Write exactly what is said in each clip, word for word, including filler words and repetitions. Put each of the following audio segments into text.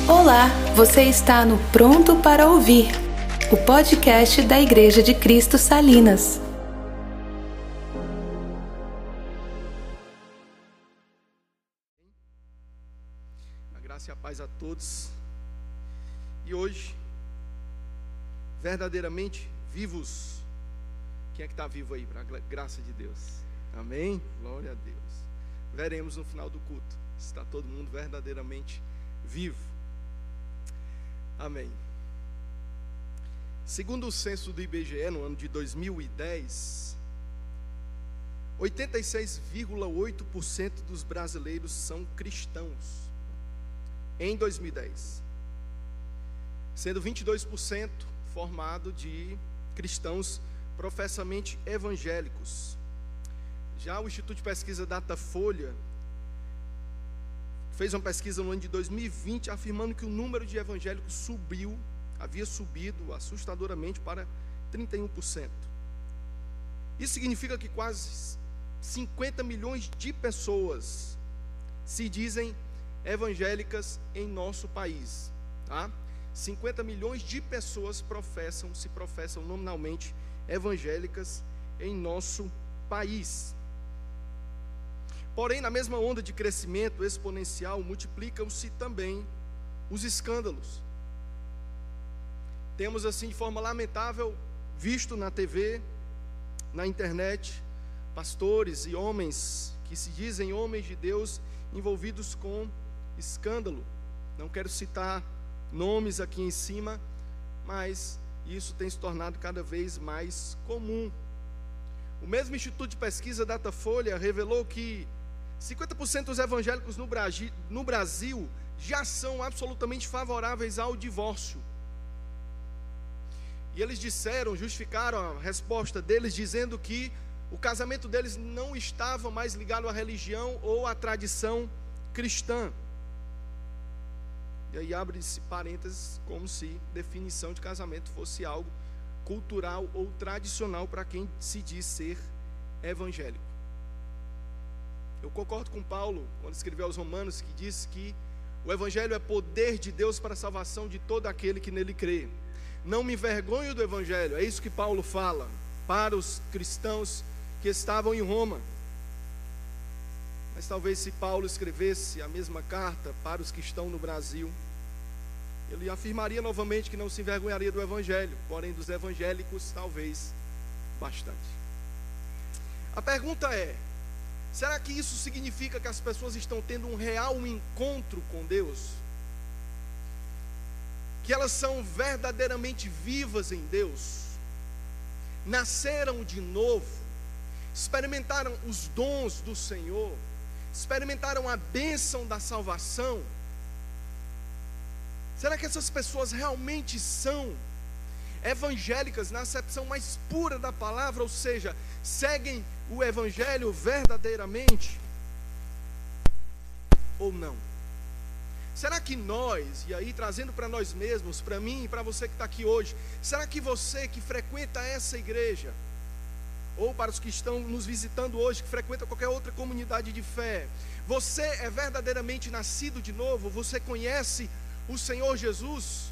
Olá, você está no Pronto para Ouvir, o podcast da Igreja de Cristo Salinas. A graça e a paz a todos. E hoje, verdadeiramente vivos. Quem é que está vivo aí, para a graça de Deus? Amém? Glória a Deus. Veremos no final do culto se está todo mundo verdadeiramente vivo. Amém. Segundo o censo do I B G E, no ano de dois mil e dez, oitenta e seis vírgula oito por cento dos brasileiros são cristãos. Em dois mil e dez, sendo vinte e dois por cento formado de cristãos professamente evangélicos. Já o Instituto de Pesquisa Datafolha fez uma pesquisa no ano de dois mil e vinte, afirmando que o número de evangélicos subiu, havia subido assustadoramente para trinta e um por cento. Isso significa que quase cinquenta milhões de pessoas se dizem evangélicas em nosso país, tá? cinquenta milhões de pessoas professam, se professam nominalmente evangélicas em nosso país. Porém, na mesma onda de crescimento exponencial, multiplicam-se também os escândalos. Temos assim, de forma lamentável, visto na T V, na internet, pastores e homens que se dizem homens de Deus envolvidos com escândalo. Não quero citar nomes aqui em cima, mas isso tem se tornado cada vez mais comum. O mesmo Instituto de Pesquisa Datafolha revelou que cinquenta por cento dos evangélicos no Brasil, no Brasil já são absolutamente favoráveis ao divórcio. E eles disseram, justificaram a resposta deles, dizendo que o casamento deles não estava mais ligado à religião ou à tradição cristã. E aí abre-se parênteses, como se definição de casamento fosse algo cultural ou tradicional para quem se diz ser evangélico. Eu concordo com Paulo, quando escreveu aos Romanos, que diz que o evangelho é poder de Deus para a salvação de todo aquele que nele crê. Não me envergonho do evangelho, é isso que Paulo fala para os cristãos que estavam em Roma. Mas talvez se Paulo escrevesse a mesma carta para os que estão no Brasil, ele afirmaria novamente que não se envergonharia do evangelho, porém dos evangélicos talvez bastante. A pergunta é: será que isso significa que as pessoas estão tendo um real encontro com Deus? Que elas são verdadeiramente vivas em Deus? Nasceram de novo? Experimentaram os dons do Senhor? Experimentaram a bênção da salvação? Será que essas pessoas realmente são evangélicas na acepção mais pura da palavra, ou seja, seguem o evangelho verdadeiramente ou não? Será que nós, e aí trazendo para nós mesmos, para mim e para você que está aqui hoje, será que você que frequenta essa igreja, ou para os que estão nos visitando hoje, que frequentam qualquer outra comunidade de fé, você é verdadeiramente nascido de novo? Você conhece o Senhor Jesus?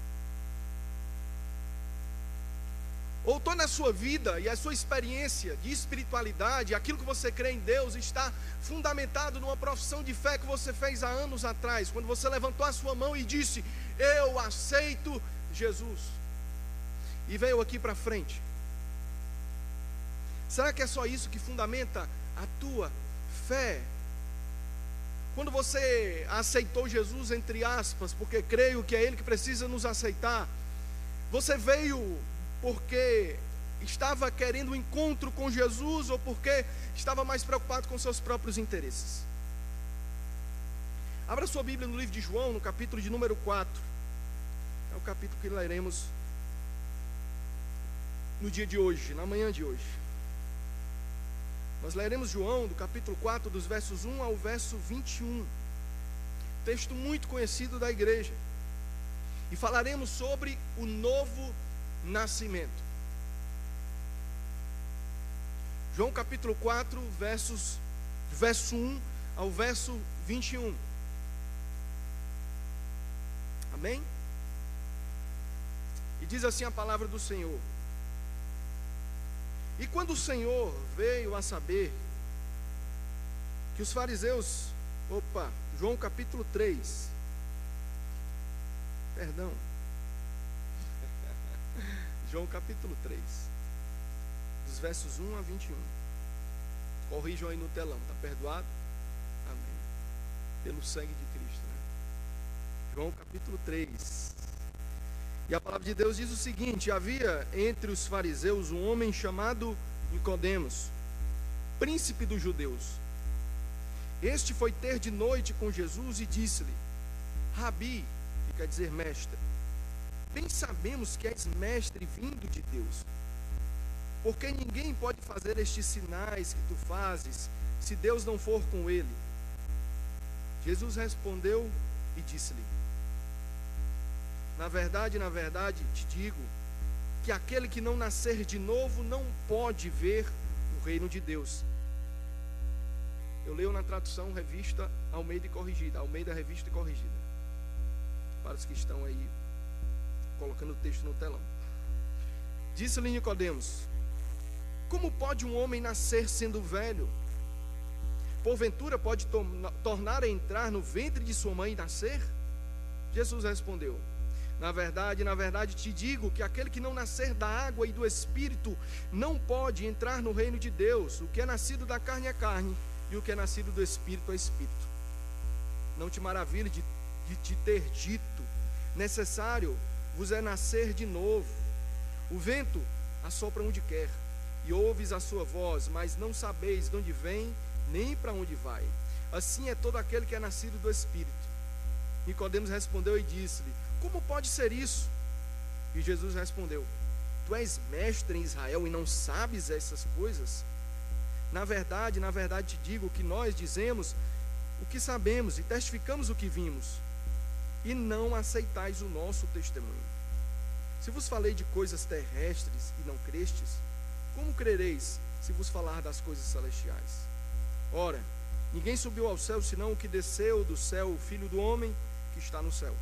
Ou toda a sua vida e a sua experiência de espiritualidade, aquilo que você crê em Deus, está fundamentado numa profissão de fé que você fez há anos atrás, quando você levantou a sua mão e disse: eu aceito Jesus, e veio aqui para frente? Será que é só isso que fundamenta a tua fé? Quando você aceitou Jesus, entre aspas, porque creio que é Ele que precisa nos aceitar, você veio porque estava querendo um encontro com Jesus, ou porque estava mais preocupado com seus próprios interesses? Abra sua Bíblia no livro de João, no capítulo de número quatro. É o capítulo que leremos no dia de hoje, na manhã de hoje. Nós leremos João, do capítulo quatro, dos versos um ao verso vinte e um. Texto muito conhecido da igreja. E falaremos sobre o novo nascimento. João capítulo quatro, versos, verso um ao verso vinte e um. Amém? E diz assim a palavra do Senhor: e quando o Senhor veio a saber que os fariseus, opa, João capítulo três, perdão, João capítulo três, dos versos um a vinte e um, corrijam aí no telão, está perdoado? Amém, pelo sangue de Cristo, né? João capítulo três, e a palavra de Deus diz o seguinte: havia entre os fariseus um homem chamado Nicodemos, príncipe dos judeus. Este foi ter de noite com Jesus e disse-lhe: Rabi, que quer dizer mestre, bem sabemos que és mestre vindo de Deus, porque ninguém pode fazer estes sinais que tu fazes, se Deus não for com ele. Jesus respondeu e disse-lhe: na verdade, na verdade, te digo, que aquele que não nascer de novo não pode ver o reino de Deus. Eu leio na tradução Revista Almeida e Corrigida, Almeida Revista e Corrigida, para os que estão aí colocando o texto no telão. Disse-lhe Nicodemos: como pode um homem nascer sendo velho? Porventura pode to- tornar a entrar no ventre de sua mãe e nascer? Jesus respondeu: na verdade, na verdade te digo que aquele que não nascer da água e do Espírito não pode entrar no reino de Deus. O que é nascido da carne é carne, e o que é nascido do Espírito é Espírito. Não te maravilhe de, de te ter dito: necessário vos é nascer de novo. O vento assopra onde quer, e ouves a sua voz, mas não sabeis de onde vem, nem para onde vai. Assim é todo aquele que é nascido do Espírito. Nicodemos respondeu e disse-lhe: como pode ser isso? E Jesus respondeu: tu és mestre em Israel e não sabes essas coisas? Na verdade, na verdade te digo que nós dizemos o que sabemos e testificamos o que vimos, e não aceitais o nosso testemunho. Se vos falei de coisas terrestres e não crestes, como crereis se vos falar das coisas celestiais? Ora, ninguém subiu ao céu senão o que desceu do céu, o Filho do homem que está no céu.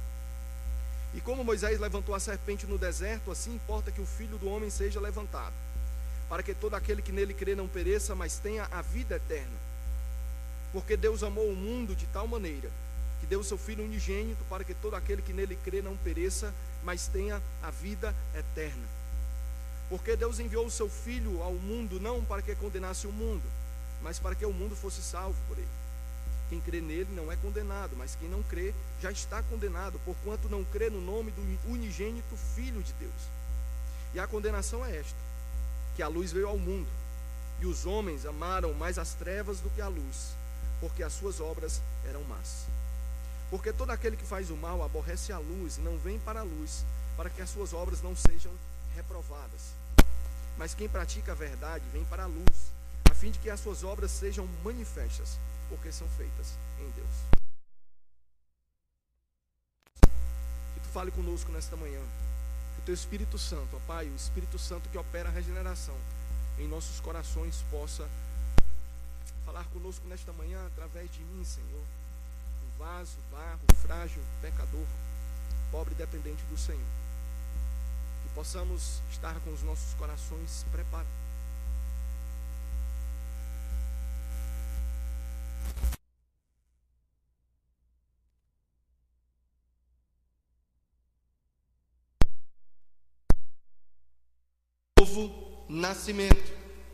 E como Moisés levantou a serpente no deserto, assim importa que o Filho do homem seja levantado, para que todo aquele que nele crê não pereça, mas tenha a vida eterna. Porque Deus amou o mundo de tal maneira que deu o seu Filho unigênito, para que todo aquele que nele crê não pereça, mas tenha a vida eterna. Porque Deus enviou o seu Filho ao mundo não para que condenasse o mundo, mas para que o mundo fosse salvo por ele. Quem crê nele não é condenado, mas quem não crê já está condenado, porquanto não crê no nome do unigênito Filho de Deus. E a condenação é esta: que a luz veio ao mundo, e os homens amaram mais as trevas do que a luz, porque as suas obras eram más. Porque todo aquele que faz o mal aborrece a luz e não vem para a luz, para que as suas obras não sejam reprovadas. Mas quem pratica a verdade vem para a luz, a fim de que as suas obras sejam manifestas, porque são feitas em Deus. Que tu fale conosco nesta manhã, que o teu Espírito Santo, ó Pai, o Espírito Santo que opera a regeneração em nossos corações, possa falar conosco nesta manhã através de mim, Senhor, um vaso, barro, frágil, pecador, pobre e dependente do Senhor. Que possamos estar com os nossos corações preparados. Novo nascimento.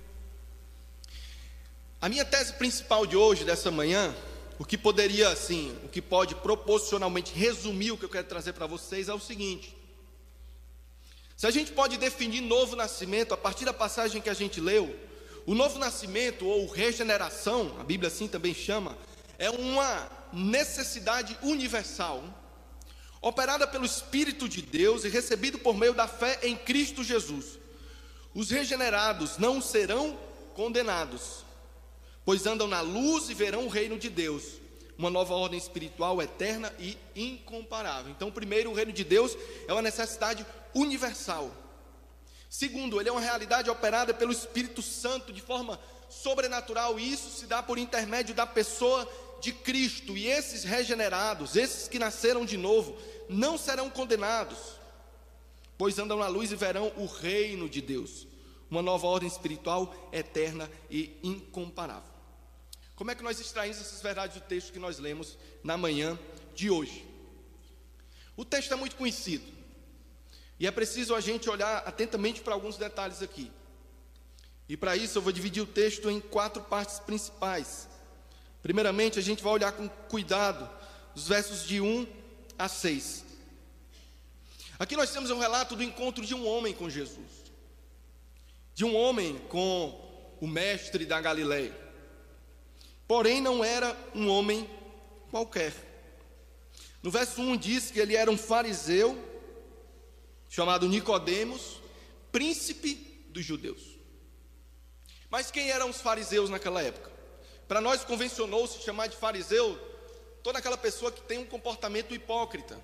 A minha tese principal de hoje, dessa manhã, o que poderia, assim, o que pode proporcionalmente resumir o que eu quero trazer para vocês é o seguinte: se a gente pode definir novo nascimento a partir da passagem que a gente leu, o novo nascimento ou regeneração, a Bíblia assim também chama, é uma necessidade universal, operada pelo Espírito de Deus e recebido por meio da fé em Cristo Jesus. Os regenerados não serão condenados, pois andam na luz e verão o reino de Deus, uma nova ordem espiritual eterna e incomparável. Então, primeiro, o reino de Deus é uma necessidade universal. Segundo, ele é uma realidade operada pelo Espírito Santo de forma sobrenatural, e isso se dá por intermédio da pessoa de Cristo. E esses regenerados, esses que nasceram de novo, não serão condenados, pois andam na luz e verão o reino de Deus, uma nova ordem espiritual eterna e incomparável. Como é que nós extraímos essas verdades do texto que nós lemos na manhã de hoje? O texto é muito conhecido, e é preciso a gente olhar atentamente para alguns detalhes aqui. E para isso eu vou dividir o texto em quatro partes principais. Primeiramente, a gente vai olhar com cuidado os versos de um a seis. Aqui nós temos um relato do encontro de um homem com Jesus, de um homem com o mestre da Galileia. Porém, não era um homem qualquer. No verso um diz que ele era um fariseu chamado Nicodemos, príncipe dos judeus. Mas quem eram os fariseus naquela época? Para nós convencionou-se chamar de fariseu toda aquela pessoa que tem um comportamento hipócrita.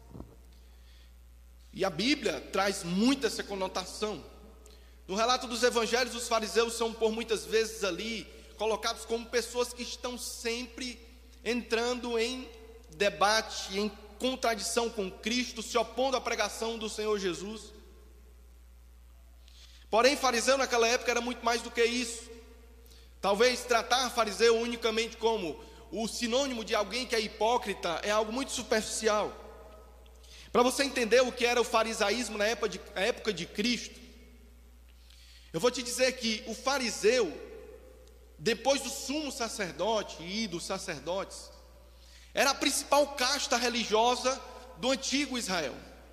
E a Bíblia traz muito essa conotação. No relato dos evangelhos, os fariseus são por muitas vezes ali colocados como pessoas que estão sempre entrando em debate, em contradição com Cristo, se opondo à pregação do Senhor Jesus. Porém, fariseu naquela época era muito mais do que isso. Talvez tratar fariseu unicamente como o sinônimo de alguém que é hipócrita é algo muito superficial. Para você entender o que era o farisaísmo na época de, na época de Cristo, eu vou te dizer que o fariseu, depois do sumo sacerdote e dos sacerdotes, era a principal casta religiosa do antigo Israel.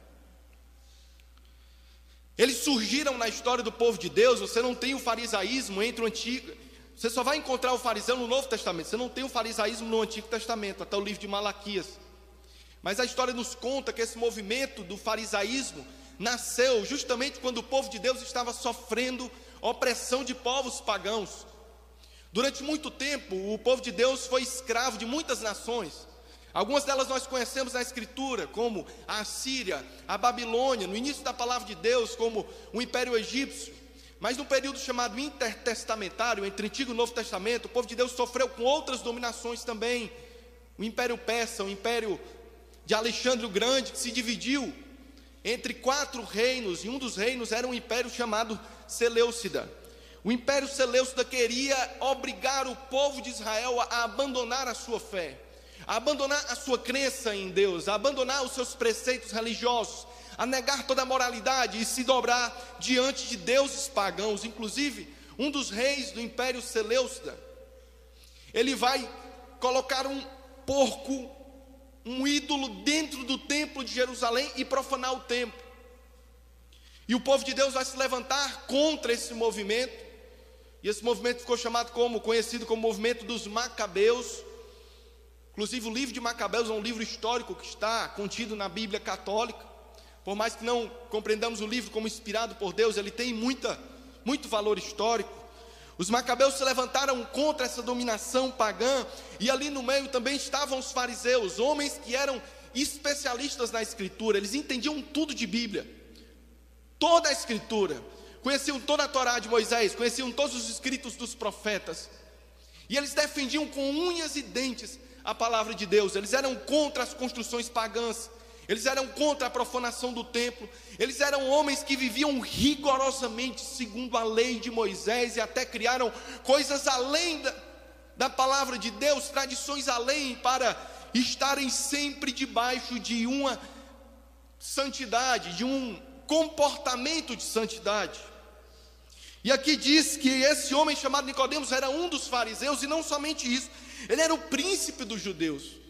Eles surgiram na história do povo de Deus. Você não tem o farisaísmo entre o antigo, você só vai encontrar o fariseu no Novo Testamento. Você não tem o farisaísmo no Antigo Testamento, até o livro de Malaquias. Mas a história nos conta que esse movimento do farisaísmo nasceu justamente quando o povo de Deus estava sofrendo opressão de povos pagãos. Durante muito tempo, o povo de Deus foi escravo de muitas nações. Algumas delas nós conhecemos na Escritura, como a Assíria, a Babilônia, no início da palavra de Deus, como o Império Egípcio. Mas no período chamado intertestamentário, entre Antigo e Novo Testamento, o povo de Deus sofreu com outras dominações também. O Império Persa, o Império de Alexandre o Grande, que se dividiu entre quatro reinos, e um dos reinos era um império chamado Seleucida. O Império Seleucida queria obrigar o povo de Israel a abandonar a sua fé, a abandonar a sua crença em Deus, a abandonar os seus preceitos religiosos, a negar toda a moralidade e se dobrar diante de deuses pagãos. Inclusive, um dos reis do Império Seleucida, ele vai colocar um porco, um ídolo dentro do templo de Jerusalém e profanar o templo. E o povo de Deus vai se levantar contra esse movimento, e esse movimento ficou chamado como, conhecido como movimento dos Macabeus. Inclusive o livro de Macabeus é um livro histórico que está contido na Bíblia católica. Por mais que não compreendamos o livro como inspirado por Deus, ele tem muita, muito valor histórico. Os Macabeus se levantaram contra essa dominação pagã, e ali no meio também estavam os fariseus, homens que eram especialistas na Escritura. Eles entendiam tudo de Bíblia, toda a Escritura, conheciam toda a Torá de Moisés, conheciam todos os escritos dos profetas, e eles defendiam com unhas e dentes a palavra de Deus. Eles eram contra as construções pagãs, eles eram contra a profanação do templo, eles eram homens que viviam rigorosamente segundo a lei de Moisés, e até criaram coisas além da, da palavra de Deus, tradições além, para estarem sempre debaixo de uma santidade, de um comportamento de santidade. E aqui diz que esse homem chamado Nicodemos era um dos fariseus, e não somente isso, ele era o príncipe dos judeus.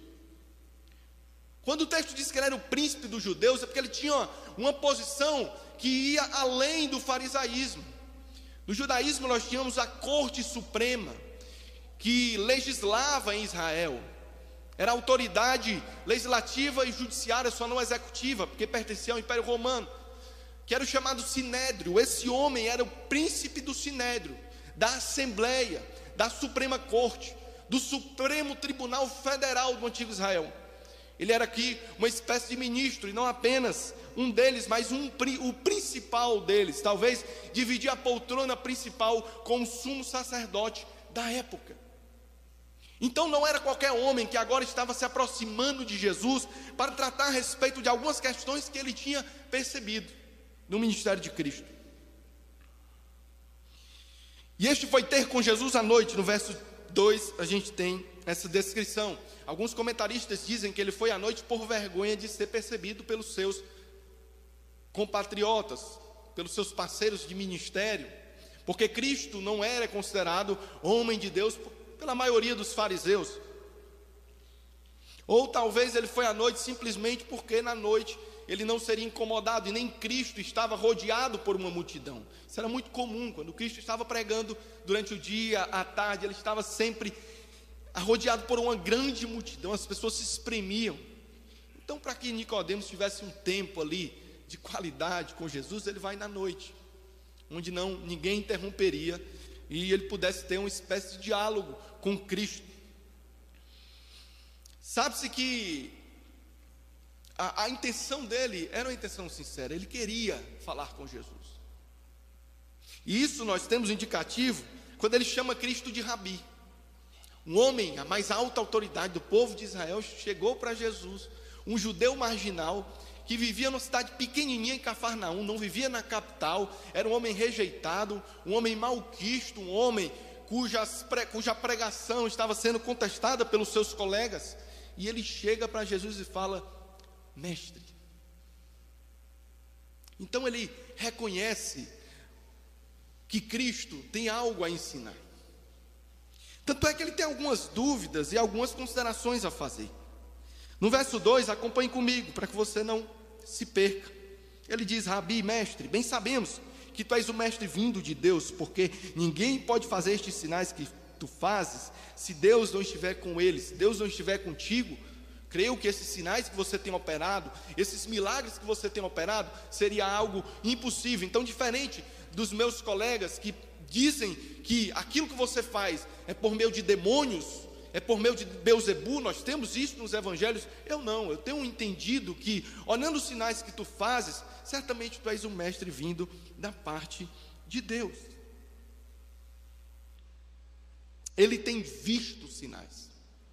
Quando o texto diz que ele era o príncipe dos judeus, é porque ele tinha uma posição que ia além do farisaísmo. No judaísmo nós tínhamos a corte suprema, que legislava em Israel. Era a autoridade legislativa e judiciária, só não executiva, porque pertencia ao Império Romano, que era o chamado Sinédrio. Esse homem era o príncipe do Sinédrio, da Assembleia, da Suprema Corte, do Supremo Tribunal Federal do Antigo Israel. Ele era aqui uma espécie de ministro, e não apenas um deles, mas um, o principal deles. Talvez dividia a poltrona principal com o sumo sacerdote da época. Então não era qualquer homem que agora estava se aproximando de Jesus para tratar a respeito de algumas questões que ele tinha percebido no ministério de Cristo. E este foi ter com Jesus à noite. No verso dois a gente tem essa descrição. Alguns comentaristas dizem que ele foi à noite por vergonha de ser percebido pelos seus compatriotas, pelos seus parceiros de ministério, porque Cristo não era considerado homem de Deus pela maioria dos fariseus. Ou talvez ele foi à noite simplesmente porque na noite ele não seria incomodado, e nem Cristo estava rodeado por uma multidão. Isso era muito comum, quando Cristo estava pregando durante o dia, à tarde, ele estava sempre rodeado por uma grande multidão, as pessoas se espremiam. Então, para que Nicodemos tivesse um tempo ali de qualidade com Jesus, ele vai na noite, onde não ninguém interromperia, e ele pudesse ter uma espécie de diálogo com Cristo. Sabe-se que a, a intenção dele era uma intenção sincera, ele queria falar com Jesus. E isso nós temos um indicativo quando ele chama Cristo de Rabi. Um homem, a mais alta autoridade do povo de Israel, chegou para Jesus, um judeu marginal, que vivia numa cidade pequenininha em Cafarnaum, não vivia na capital, era um homem rejeitado, um homem malquisto, um homem cujas, cuja pregação estava sendo contestada pelos seus colegas, e ele chega para Jesus e fala: mestre. Então ele reconhece que Cristo tem algo a ensinar. Tanto é que ele tem algumas dúvidas e algumas considerações a fazer. No verso dois, acompanhe comigo, para que você não se perca. Ele diz: Rabi, mestre, bem sabemos que tu és o mestre vindo de Deus, porque ninguém pode fazer estes sinais que tu fazes, se Deus não estiver com eles, se Deus não estiver contigo. Creio que esses sinais que você tem operado, esses milagres que você tem operado, seria algo impossível. Então, diferente dos meus colegas que dizem que aquilo que você faz é por meio de demônios, é por meio de Beelzebu, nós temos isso nos evangelhos. Eu não, eu tenho entendido que, olhando os sinais que tu fazes, certamente tu és um mestre vindo da parte de Deus. Ele tem visto sinais.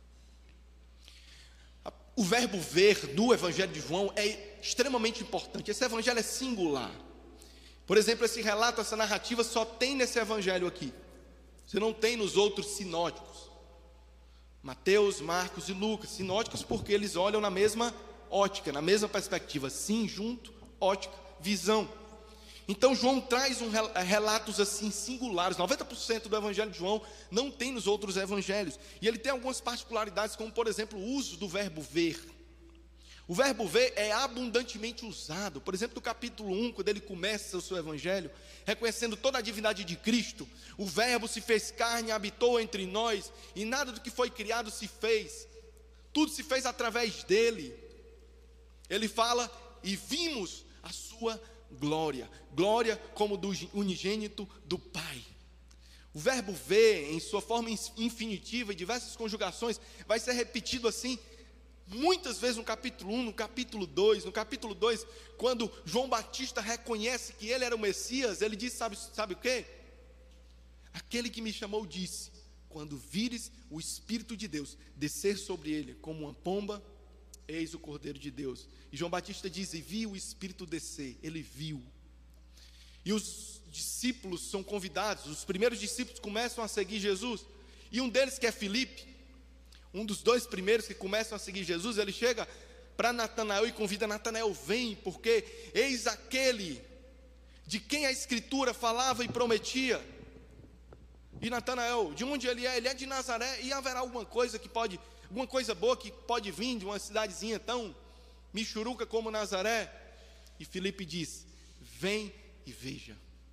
O verbo ver do evangelho de João é extremamente importante. Esse evangelho é singular. Por exemplo, esse relato, essa narrativa só tem nesse evangelho aqui. Você não tem nos outros sinóticos. Mateus, Marcos e Lucas. Sinóticos porque eles olham na mesma ótica, na mesma perspectiva. Sim, junto, ótica, visão. Então João traz um, relatos assim singulares. noventa por cento do evangelho de João não tem nos outros evangelhos. E ele tem algumas particularidades, como por exemplo o uso do verbo ver. O verbo ver é abundantemente usado. Por exemplo, no capítulo um, quando ele começa o seu evangelho, reconhecendo toda a divindade de Cristo, o verbo se fez carne e habitou entre nós, e nada do que foi criado se fez, tudo se fez através dele. Ele fala: e vimos a sua glória, glória como do unigênito do Pai. O verbo ver, em sua forma infinitiva e diversas conjugações, vai ser repetido assim muitas vezes no capítulo um, no capítulo dois. No capítulo dois, quando João Batista reconhece que ele era o Messias, ele diz: sabe, sabe o quê? Aquele que me chamou disse: quando vires o Espírito de Deus descer sobre ele como uma pomba, eis o Cordeiro de Deus. E João Batista diz: e viu o Espírito descer. Ele viu. E os discípulos são convidados, os primeiros discípulos começam a seguir Jesus, e um deles, que é Filipe, um dos dois primeiros que começam a seguir Jesus, ele chega para Natanael e convida: Natanael, vem, porque eis aquele de quem a Escritura falava e prometia. E Natanael, de onde ele é? Ele é de Nazaré. E haverá alguma coisa que pode, alguma coisa boa que pode vir de uma cidadezinha tão michuruca como Nazaré? E Filipe diz: vem e veja.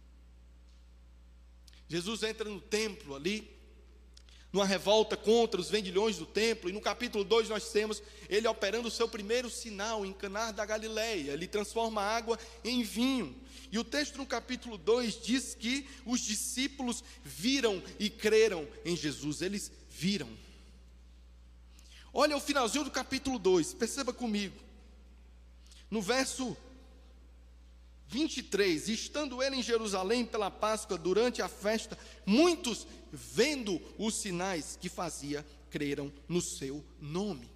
Jesus entra no templo ali, numa revolta contra os vendilhões do templo, e no capítulo dois nós temos ele operando o seu primeiro sinal em Caná da Galileia. Ele transforma a água em vinho. E o texto no capítulo dois diz que os discípulos viram e creram em Jesus. Eles viram. Olha o finalzinho do capítulo dois, perceba comigo. No verso vinte e três, estando ele em Jerusalém pela Páscoa, durante a festa, muitos, vendo os sinais que fazia, creram no seu nome.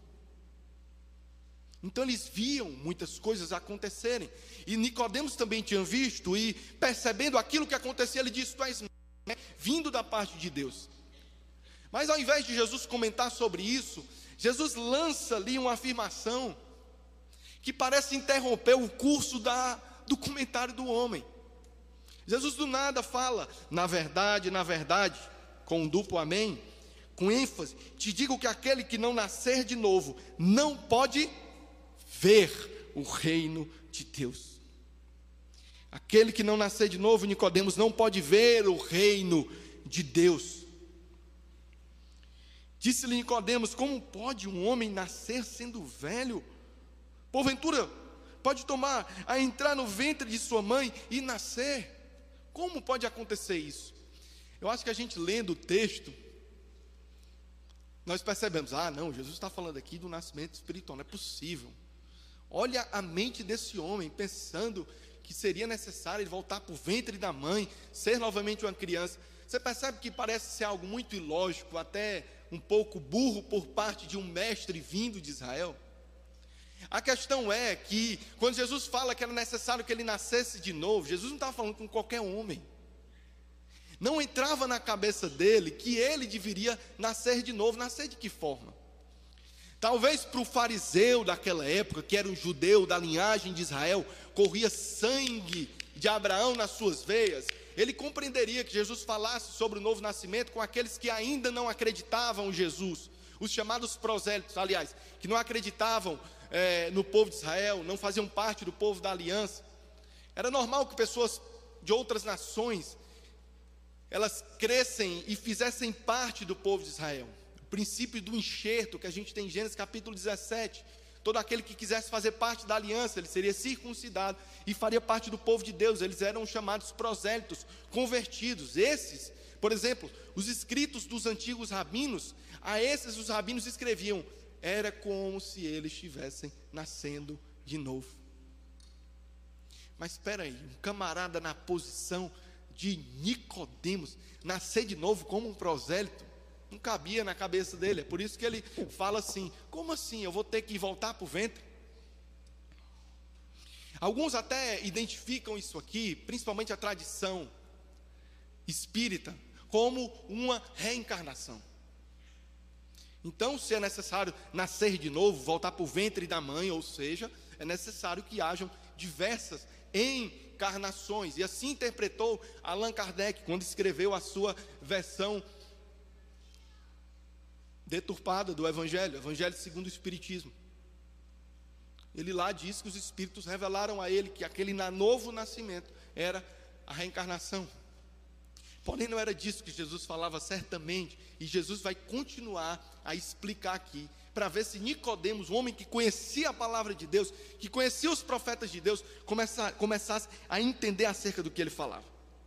Então eles viam muitas coisas acontecerem, e Nicodemos também tinha visto, e percebendo aquilo que acontecia, ele disse: tu és vindo da parte de Deus. Mas ao invés de Jesus comentar sobre isso, Jesus lança ali uma afirmação que parece interromper o curso da, do comentário do homem. Jesus do nada fala: na verdade, na verdade, com um duplo amém, com ênfase, te digo que aquele que não nascer de novo não pode ver o reino de Deus. Aquele que não nascer de novo, Nicodemos, não pode ver o reino de Deus. Disse-lhe Nicodemos: como pode um homem nascer sendo velho? Porventura, pode tomar a entrar no ventre de sua mãe e nascer? Como pode acontecer isso? Eu acho que a gente lendo o texto, nós percebemos: ah, não, Jesus está falando aqui do nascimento espiritual, não é possível. Olha a mente desse homem, pensando que seria necessário ele voltar para o ventre da mãe, ser novamente uma criança. Você percebe que parece ser algo muito ilógico, até um pouco burro por parte de um mestre vindo de Israel? A questão é que, quando Jesus fala que era necessário que ele nascesse de novo, Jesus não estava falando com qualquer homem. Não entrava na cabeça dele que ele deveria nascer de novo. Nascer de que forma? Talvez para o fariseu daquela época, que era um judeu da linhagem de Israel, corria sangue de Abraão nas suas veias, ele compreenderia que Jesus falasse sobre o novo nascimento com aqueles que ainda não acreditavam em Jesus, os chamados prosélitos, aliás, que não acreditavam é, no povo de Israel, não faziam parte do povo da aliança. Era normal que pessoas de outras nações, elas crescem e fizessem parte do povo de Israel. O princípio do enxerto que a gente tem em Gênesis capítulo dezessete, todo aquele que quisesse fazer parte da aliança, ele seria circuncidado e faria parte do povo de Deus. Eles eram chamados prosélitos, convertidos. Esses, por exemplo, os escritos dos antigos rabinos, a esses os rabinos escreviam: era como se eles estivessem nascendo de novo. Mas espera aí, um camarada na posição de Nicodemos nascer de novo como um prosélito, não cabia na cabeça dele. É por isso que ele fala assim: como assim, eu vou ter que voltar para o ventre? Alguns até identificam isso aqui, principalmente a tradição espírita, como uma reencarnação. Então, se é necessário nascer de novo, voltar para o ventre da mãe, ou seja, é necessário que hajam diversas encarnações. E assim interpretou Allan Kardec quando escreveu a sua versão deturpada do Evangelho, Evangelho segundo o Espiritismo. Ele lá diz que os Espíritos revelaram a ele que aquele novo nascimento era a reencarnação. Porém, não era disso que Jesus falava certamente, e Jesus vai continuar a explicar aqui, para ver se Nicodemos, um homem que conhecia a palavra de Deus, que conhecia os profetas de Deus, começa, começasse a entender acerca do que ele falava.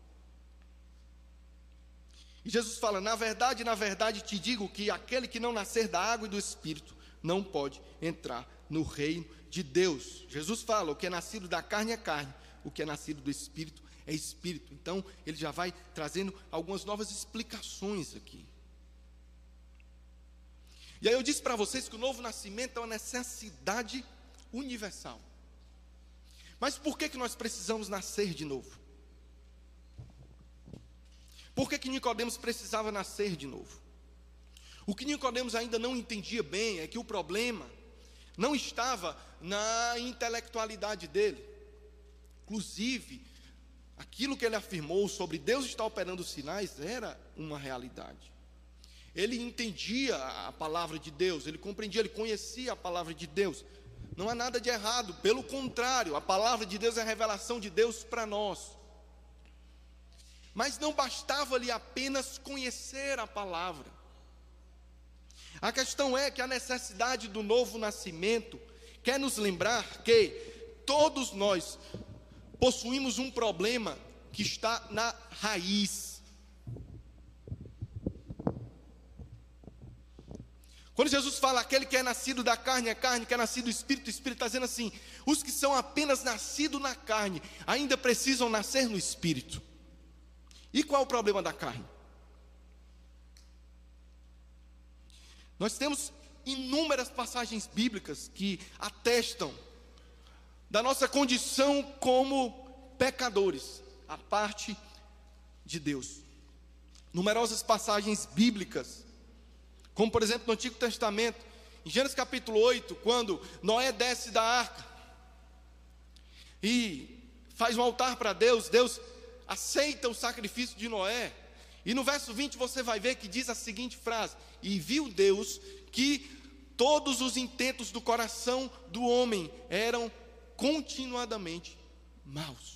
E Jesus fala: na verdade, na verdade te digo que aquele que não nascer da água e do Espírito não pode entrar no reino de Deus. Jesus fala: o que é nascido da carne é carne, o que é nascido do Espírito é Espírito. Então ele já vai trazendo algumas novas explicações aqui. E aí eu disse para vocês que o novo nascimento é uma necessidade universal. Mas por que que nós precisamos nascer de novo? Por que que Nicodemos precisava nascer de novo? O que Nicodemos ainda não entendia bem é que o problema não estava na intelectualidade dele. Inclusive, aquilo que ele afirmou sobre Deus estar operando os sinais era uma realidade. Ele entendia a palavra de Deus, ele compreendia, ele conhecia a palavra de Deus. Não há nada de errado, pelo contrário, a palavra de Deus é a revelação de Deus para nós. Mas não bastava-lhe apenas conhecer a palavra. A questão é que a necessidade do novo nascimento quer nos lembrar que todos nós possuímos um problema que está na raiz. Quando Jesus fala: aquele que é nascido da carne é carne, que é nascido do Espírito, o Espírito está dizendo assim: os que são apenas nascidos na carne ainda precisam nascer no Espírito. E qual é o problema da carne? Nós temos inúmeras passagens bíblicas que atestam da nossa condição como pecadores, à parte de Deus. Numerosas passagens bíblicas, como por exemplo no Antigo Testamento, em Gênesis capítulo oito, quando Noé desce da arca e faz um altar para Deus, Deus aceita o sacrifício de Noé, e no verso vinte você vai ver que diz a seguinte frase: e viu Deus que todos os intentos do coração do homem eram continuadamente maus.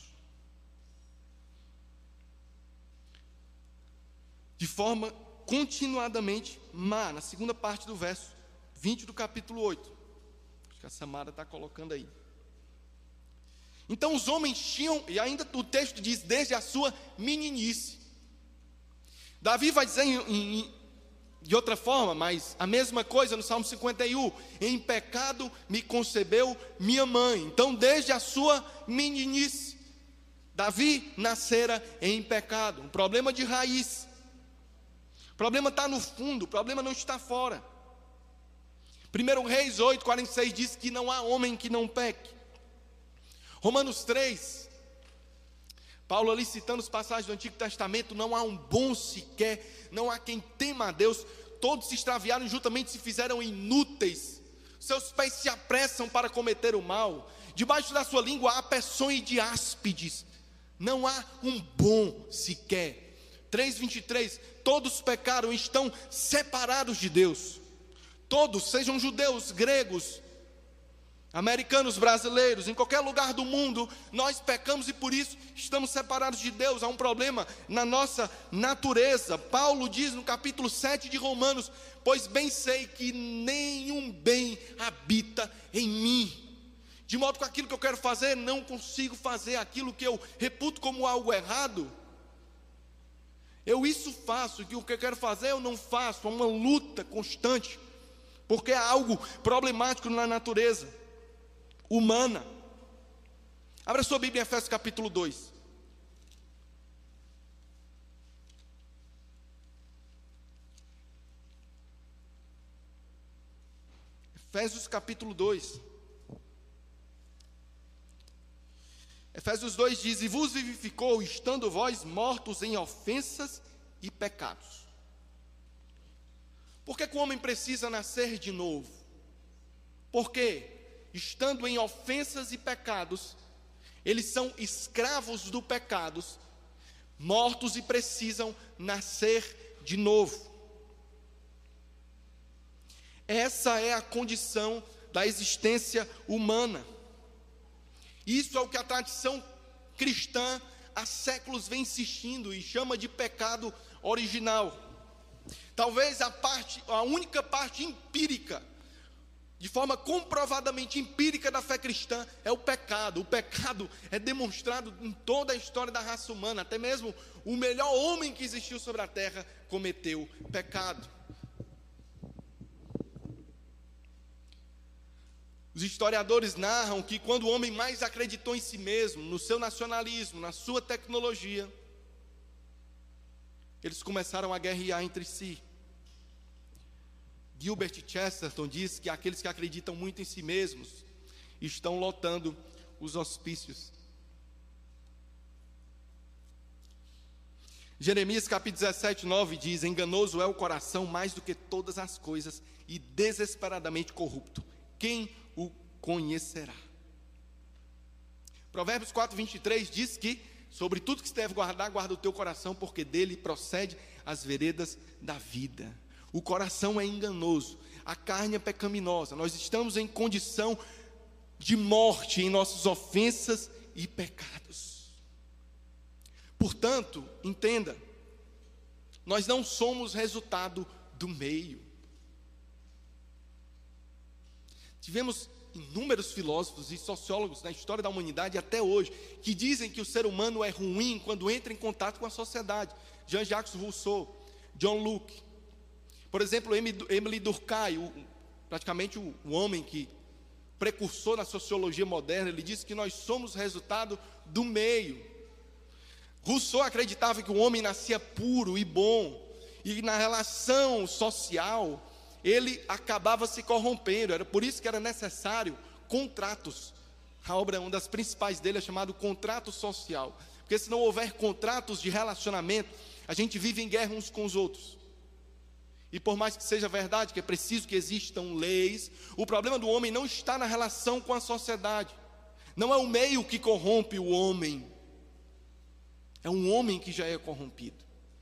De forma continuadamente má, na segunda parte do verso vinte do capítulo oito. Acho que a Samara está colocando aí. Então os homens tinham, e ainda o texto diz, desde a sua meninice. Davi vai dizer em, em, de outra forma, mas a mesma coisa no Salmo cinquenta e um: em pecado me concebeu minha mãe. Então desde a sua meninice, Davi nascera em pecado. Um problema de raiz. O problema está no fundo, o problema não está fora. primeiro Reis oito, quarenta e seis diz que não há homem que não peque. Romanos três, Paulo ali citando as passagens do Antigo Testamento: não há um bom sequer, não há quem tema a Deus, todos se extraviaram e juntamente se fizeram inúteis, seus pés se apressam para cometer o mal, debaixo da sua língua há peçonha de áspides, não há um bom sequer. três, vinte e três, todos pecaram e estão separados de Deus. Todos, sejam judeus, gregos, americanos, brasileiros, em qualquer lugar do mundo, nós pecamos e por isso estamos separados de Deus. Há um problema na nossa natureza. Paulo diz no capítulo sete de Romanos: pois bem sei que nenhum bem habita em mim, de modo que aquilo que eu quero fazer, não consigo fazer. Aquilo que eu reputo como algo errado, eu isso faço, que o que eu quero fazer eu não faço. É uma luta constante, porque há algo problemático na natureza humana. Abra sua Bíblia em Efésios capítulo dois. Efésios capítulo dois. Efésios dois diz: e vos vivificou, estando vós mortos em ofensas e pecados. Por que que o homem precisa nascer de novo? Porque, estando em ofensas e pecados, eles são escravos do pecado, mortos e precisam nascer de novo. Essa é a condição da existência humana. Isso é o que a tradição cristã há séculos vem insistindo e chama de pecado original. Talvez a parte, a única parte empírica, de forma comprovadamente empírica da fé cristã, é o pecado. O pecado é demonstrado em toda a história da raça humana. Até mesmo o melhor homem que existiu sobre a terra cometeu pecado. Os historiadores narram que quando o homem mais acreditou em si mesmo, no seu nacionalismo, na sua tecnologia, eles começaram a guerrear entre si. Gilbert Chesterton diz que aqueles que acreditam muito em si mesmos estão lotando os hospícios. Jeremias capítulo dezessete, nove diz: enganoso é o coração mais do que todas as coisas e desesperadamente corrupto. Quem o conhecerá? Provérbios quatro, vinte e três diz que sobre tudo que se deve guardar, guarda o teu coração, porque dele procede as veredas da vida. O coração é enganoso, a carne é pecaminosa. Nós estamos em condição de morte em nossas ofensas e pecados. Portanto, entenda, nós não somos resultado do meio. Tivemos inúmeros filósofos e sociólogos na história da humanidade até hoje que dizem que o ser humano é ruim quando entra em contato com a sociedade. Jean-Jacques Rousseau, John Locke, por exemplo, Émile Durkheim, praticamente o, o homem que precursor na sociologia moderna, ele disse que nós somos resultado do meio. Rousseau acreditava que o homem nascia puro e bom, e na relação social ele acabava se corrompendo. Era por isso que era necessário contratos. A obra, uma das principais dele é chamado contrato social, porque se não houver contratos de relacionamento, a gente vive em guerra uns com os outros. E por mais que seja verdade que é preciso que existam leis, o problema do homem não está na relação com a sociedade. Não é o meio que corrompe o homem, é um homem que já é corrompido.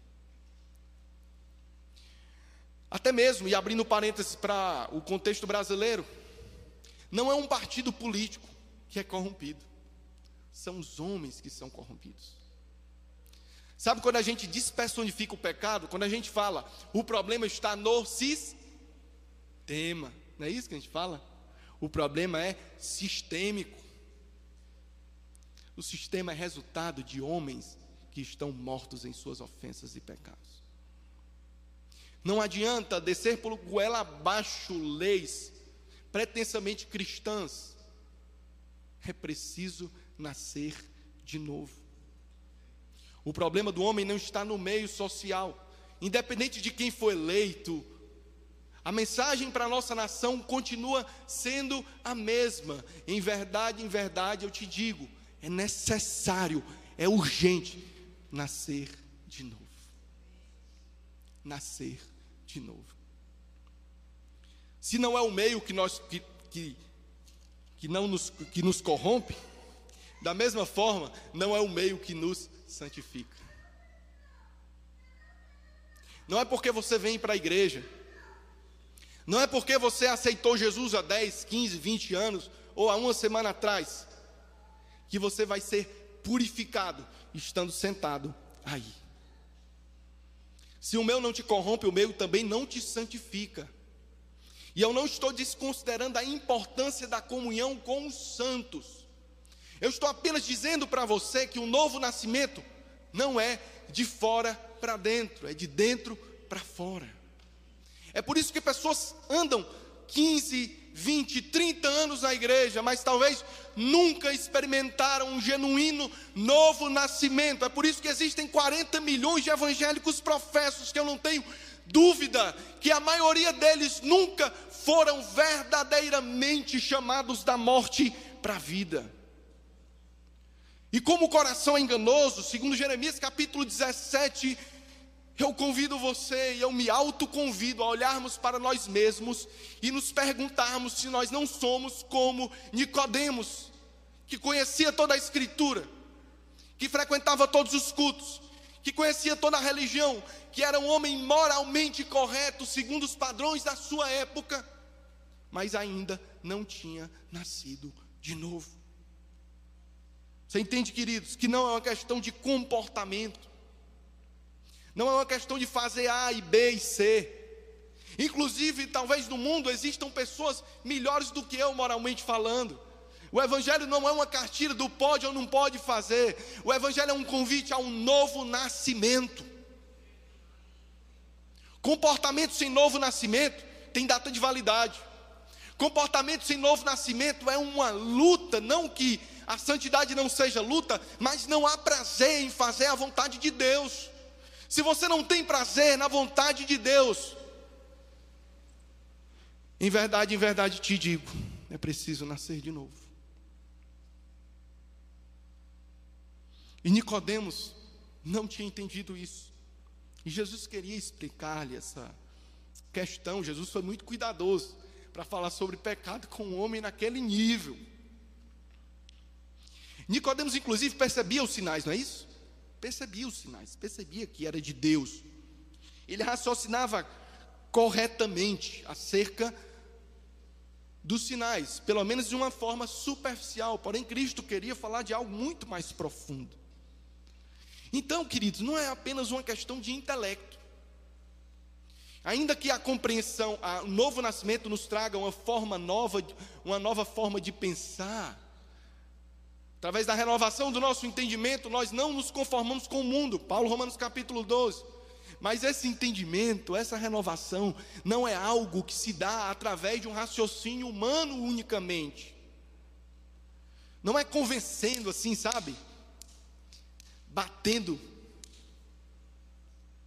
Até mesmo, e abrindo parênteses para o contexto brasileiro, não é um partido político que é corrompido, são os homens que são corrompidos. Sabe quando a gente despersonifica o pecado? Quando a gente fala, o problema está no sistema, não é isso que a gente fala? O problema é sistêmico. O sistema é resultado de homens que estão mortos em suas ofensas e pecados. Não adianta descer por goela abaixo leis pretensamente cristãs. É preciso nascer de novo. O problema do homem não está no meio social. Independente de quem foi eleito, a mensagem para a nossa nação continua sendo a mesma. Em verdade, em verdade, eu te digo, é necessário, é urgente nascer de novo. Nascer de novo. Se não é o meio que, nós, que, que, que, não nos, que nos corrompe, da mesma forma, não é o meio que nos santifica. Não é porque você vem para a igreja, não é porque você aceitou Jesus há dez, quinze, vinte anos, ou há uma semana atrás, que você vai ser purificado, estando sentado aí. Se o meu não te corrompe, o meu também não te santifica. E eu não estou desconsiderando a importância da comunhão com os santos. Eu estou apenas dizendo para você que o novo nascimento não é de fora para dentro, é de dentro para fora. É por isso que pessoas andam quinze, vinte, trinta anos na igreja, mas talvez nunca experimentaram um genuíno novo nascimento. É por isso que existem quarenta milhões de evangélicos professos, que eu não tenho dúvida que a maioria deles nunca foram verdadeiramente chamados da morte para a vida. E como o coração é enganoso, segundo Jeremias capítulo dezessete, eu convido você e eu me autoconvido a olharmos para nós mesmos e nos perguntarmos se nós não somos como Nicodemos, que conhecia toda a Escritura, que frequentava todos os cultos, que conhecia toda a religião, que era um homem moralmente correto segundo os padrões da sua época, mas ainda não tinha nascido de novo. Você entende, queridos, que não é uma questão de comportamento, não é uma questão de fazer A e B e C. Inclusive, talvez no mundo existam pessoas melhores do que eu moralmente falando. O Evangelho não é uma cartilha do pode ou não pode fazer. O Evangelho é um convite a um novo nascimento. Comportamento sem novo nascimento tem data de validade. Comportamento sem novo nascimento é uma luta, não que a santidade não seja luta, mas não há prazer em fazer a vontade de Deus. Se você não tem prazer na vontade de Deus, em verdade, em verdade te digo, é preciso nascer de novo. E Nicodemos não tinha entendido isso. E Jesus queria explicar-lhe essa questão. Jesus foi muito cuidadoso para falar sobre pecado com o homem naquele nível. Nicodemos inclusive percebia os sinais, não é isso? Percebia os sinais, percebia que era de Deus. Ele raciocinava corretamente acerca dos sinais, pelo menos de uma forma superficial. Porém, Cristo queria falar de algo muito mais profundo. Então, queridos, não é apenas uma questão de intelecto. Ainda que a compreensão, a, o novo nascimento nos traga uma forma nova, uma nova forma de pensar, através da renovação do nosso entendimento, nós não nos conformamos com o mundo. Paulo, Romanos capítulo doze. Mas esse entendimento, essa renovação, não é algo que se dá através de um raciocínio humano unicamente. Não é convencendo assim, sabe? Batendo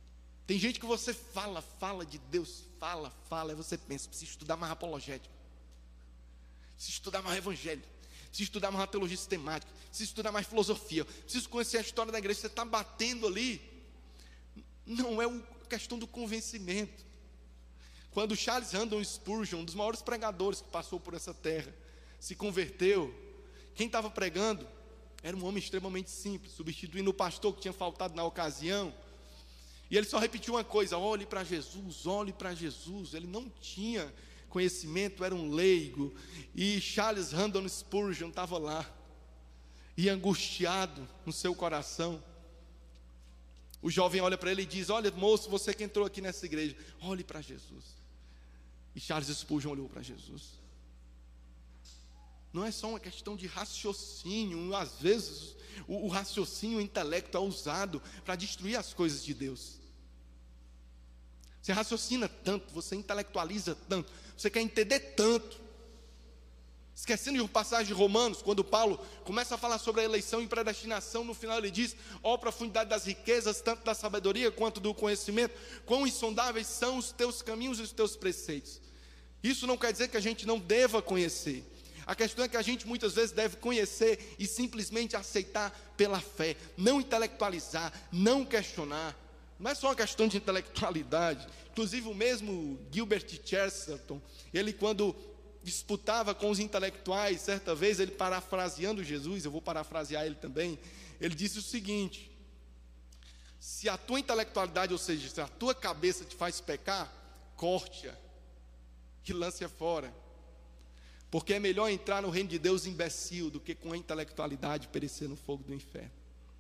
Tem gente que você fala, fala de Deus, fala, fala, aí você pensa, preciso estudar mais apologética, preciso estudar mais evangelho, preciso estudar mais teologia sistemática, preciso estudar mais filosofia, preciso conhecer a história da igreja. Você está batendo ali, não é uma questão do convencimento. Quando Charles Haddon Spurgeon, um dos maiores pregadores que passou por essa terra, se converteu, quem estava pregando era um homem extremamente simples, substituindo o pastor que tinha faltado na ocasião. E ele só repetiu uma coisa: olhe para Jesus, olhe para Jesus. Ele não tinha conhecimento, era um leigo. E Charles Haddon Spurgeon estava lá, e angustiado no seu coração. O jovem olha para ele e diz: olha, moço, você que entrou aqui nessa igreja, olhe para Jesus. E Charles Spurgeon olhou para Jesus. Não é só uma questão de raciocínio. Às vezes o, o raciocínio, o intelecto é usado para destruir as coisas de Deus. Você raciocina tanto, você intelectualiza tanto, você quer entender tanto, esquecendo de uma passagem de Romanos, quando Paulo começa a falar sobre a eleição e predestinação. No final ele diz: ó profundidade das riquezas, tanto da sabedoria quanto do conhecimento, quão insondáveis são os teus caminhos e os teus preceitos. Isso não quer dizer que a gente não deva conhecer. A questão é que a gente muitas vezes deve conhecer e simplesmente aceitar pela fé, não intelectualizar, não questionar. Não é só uma questão de intelectualidade. Inclusive o mesmo Gilbert Chesterton, ele quando disputava com os intelectuais, certa vez, ele parafraseando Jesus, eu vou parafrasear ele também, ele disse o seguinte: se a tua intelectualidade, ou seja, se a tua cabeça te faz pecar, corte-a e lance-a fora. Porque é melhor entrar no reino de Deus imbecil do que com a intelectualidade perecer no fogo do inferno.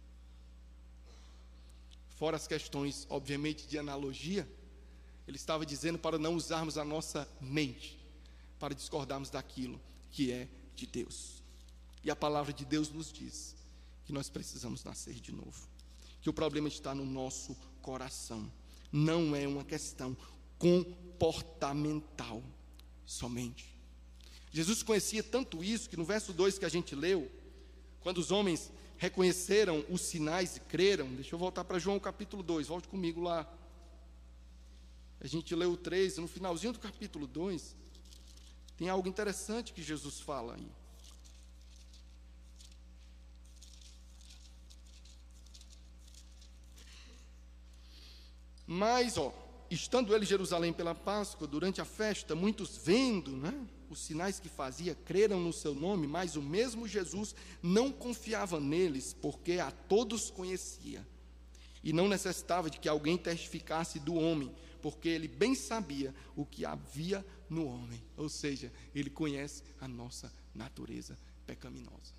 Fora as questões, obviamente, de analogia, ele estava dizendo para não usarmos a nossa mente para discordarmos daquilo que é de Deus. E a palavra de Deus nos diz que nós precisamos nascer de novo, que o problema está no nosso coração, não é uma questão comportamental somente. Jesus conhecia tanto isso que no verso dois que a gente leu, quando os homens reconheceram os sinais e creram, deixa eu voltar para João capítulo dois, volte comigo lá. A gente leu o três, no finalzinho do capítulo dois, tem algo interessante que Jesus fala aí. Mas, ó, estando ele em Jerusalém pela Páscoa, durante a festa, muitos vendo, né, os sinais que fazia, creram no seu nome, mas o mesmo Jesus não confiava neles, porque a todos conhecia, e não necessitava de que alguém testificasse do homem, porque ele bem sabia o que havia no homem, ou seja, ele conhece a nossa natureza pecaminosa.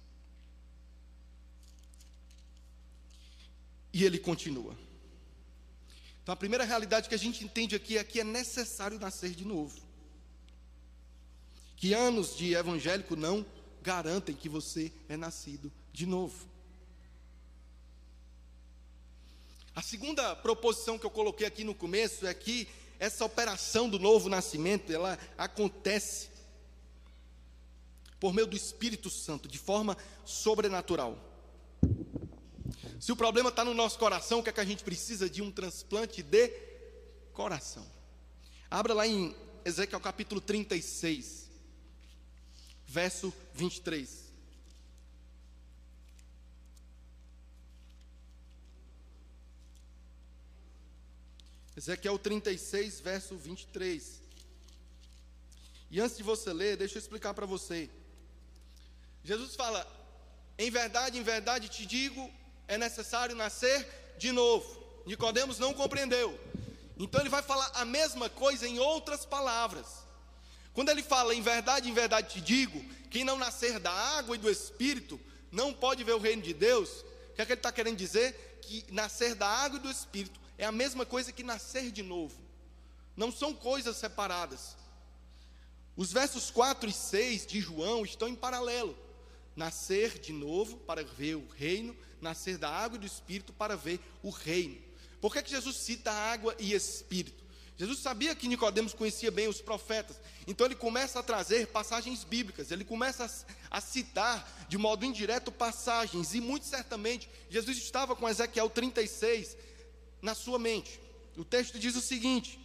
E ele continua. Então a primeira realidade que a gente entende aqui é que é necessário nascer de novo. Que anos de evangélico não garantem que você é nascido de novo. A segunda proposição que eu coloquei aqui no começo é que essa operação do novo nascimento, ela acontece por meio do Espírito Santo, de forma sobrenatural. Se o problema está no nosso coração, o que é que a gente precisa? De um transplante de coração. Abra lá em Ezequiel capítulo trinta e seis. Verso vinte e três. Ezequiel trinta e seis, verso vinte e três. E antes de você ler, deixa eu explicar para você. Jesus fala: em verdade, em verdade te digo, é necessário nascer de novo. Nicodemos não compreendeu. Então ele vai falar a mesma coisa em outras palavras. Quando ele fala, em verdade, em verdade te digo, quem não nascer da água e do Espírito não pode ver o reino de Deus, o que é que ele está querendo dizer? Que nascer da água e do Espírito é a mesma coisa que nascer de novo. Não são coisas separadas. Os versos quatro e seis de João estão em paralelo. Nascer de novo para ver o reino, nascer da água e do Espírito para ver o reino. Por que que Jesus cita água e Espírito? Jesus sabia que Nicodemos conhecia bem os profetas, então ele começa a trazer passagens bíblicas, ele começa a, a citar de modo indireto passagens, e muito certamente Jesus estava com Ezequiel trinta e seis na sua mente. O texto diz o seguinte: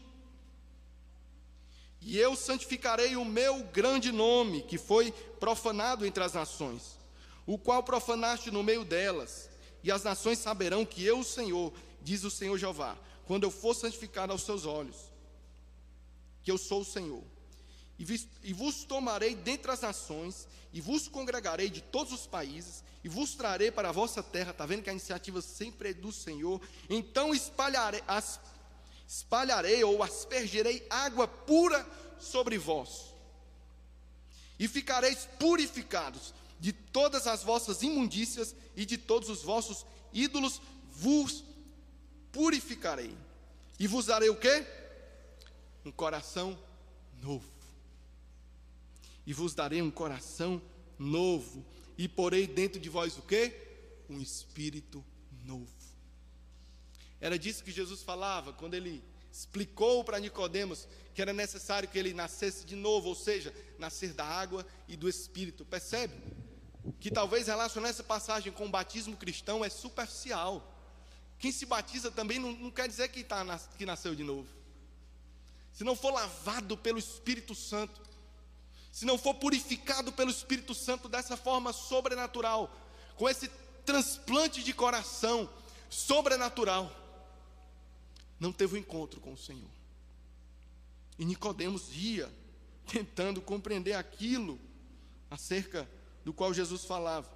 e eu santificarei o meu grande nome, que foi profanado entre as nações, o qual profanaste no meio delas, e as nações saberão que eu, o Senhor, diz o Senhor Jeová, quando eu for santificado aos seus olhos, que eu sou o Senhor. E, vis, e vos tomarei dentre as nações, e vos congregarei de todos os países, e vos trarei para a vossa terra. Está vendo que a iniciativa sempre é do Senhor? Então espalharei, as, espalharei ou aspergerei água pura sobre vós, e ficareis purificados de todas as vossas imundícias, e de todos os vossos ídolos vos purificarei, e vos darei o quê? Um coração novo. E vos darei um coração novo, e porei dentro de vós o quê? Um espírito novo. Era disso que Jesus falava quando ele explicou para Nicodemos que era necessário que ele nascesse de novo, ou seja, nascer da água e do Espírito. Percebe? Que talvez relacionar essa passagem com o batismo cristão é superficial. Quem se batiza também não, não quer dizer que, tá, que nasceu de novo. Se não for lavado pelo Espírito Santo, se não for purificado pelo Espírito Santo dessa forma sobrenatural, com esse transplante de coração sobrenatural, não teve um encontro com o Senhor. E Nicodemos ia tentando compreender aquilo acerca do qual Jesus falava.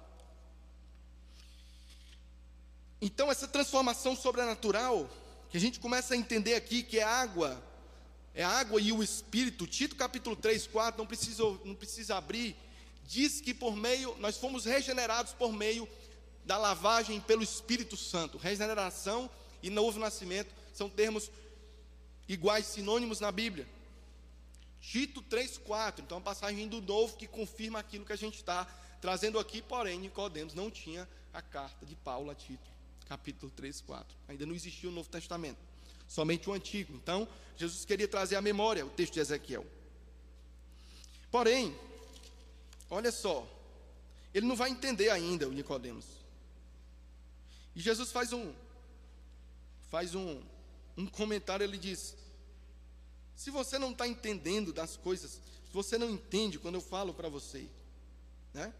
Então essa transformação sobrenatural, que a gente começa a entender aqui que é água, é a água e o Espírito. Tito capítulo três, quatro, não precisa, não precisa abrir, diz que por meio, nós fomos regenerados por meio da lavagem pelo Espírito Santo. Regeneração e novo nascimento são termos iguais, sinônimos na Bíblia. Tito três, quatro, então a passagem do novo que confirma aquilo que a gente está trazendo aqui. Porém, Nicodemos não tinha a carta de Paulo a Tito, capítulo três, quatro, ainda não existia o Novo Testamento, somente o Antigo. Então, Jesus queria trazer à memória o texto de Ezequiel. Porém, olha só, ele não vai entender ainda, o Nicodemos. E Jesus faz um faz um, um comentário, ele diz: se você não está entendendo das coisas, se você não entende quando eu falo para você, né,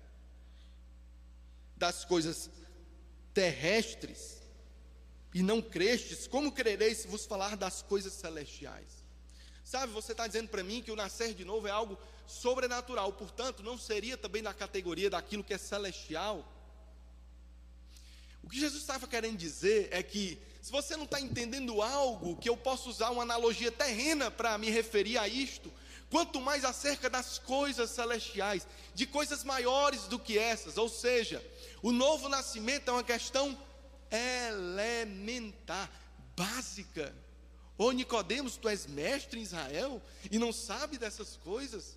das coisas terrestres, e não crestes, como crereis se vos falar das coisas celestiais? Sabe, você está dizendo para mim que o nascer de novo é algo sobrenatural, portanto, não seria também na categoria daquilo que é celestial? O que Jesus estava querendo dizer é que, se você não está entendendo algo, que eu posso usar uma analogia terrena para me referir a isto, quanto mais acerca das coisas celestiais, de coisas maiores do que essas. Ou seja, o novo nascimento é uma questão elementar, básica. Ô Nicodemos, tu és mestre em Israel e não sabe dessas coisas?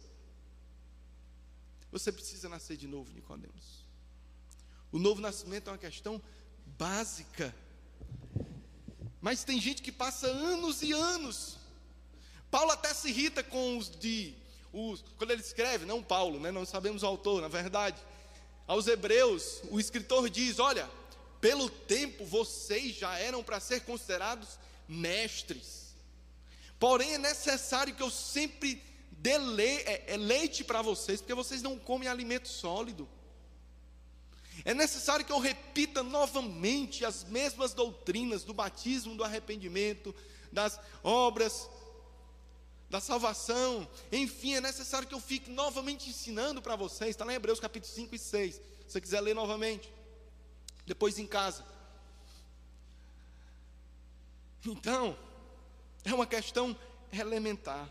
Você precisa nascer de novo, Nicodemos. O novo nascimento é uma questão básica. Mas tem gente que passa anos e anos. Paulo até se irrita com os de os, quando ele escreve, não Paulo, né, não sabemos o autor, na verdade, aos Hebreus, o escritor diz: olha, pelo tempo vocês já eram para ser considerados mestres, porém é necessário que eu sempre dê le, é, é leite para vocês, porque vocês não comem alimento sólido. É necessário que eu repita novamente as mesmas doutrinas do batismo, do arrependimento, das obras, da salvação. Enfim, é necessário que eu fique novamente ensinando para vocês. Está lá em Hebreus capítulo cinco e seis, se você quiser ler novamente, depois em casa. Então, é uma questão elementar.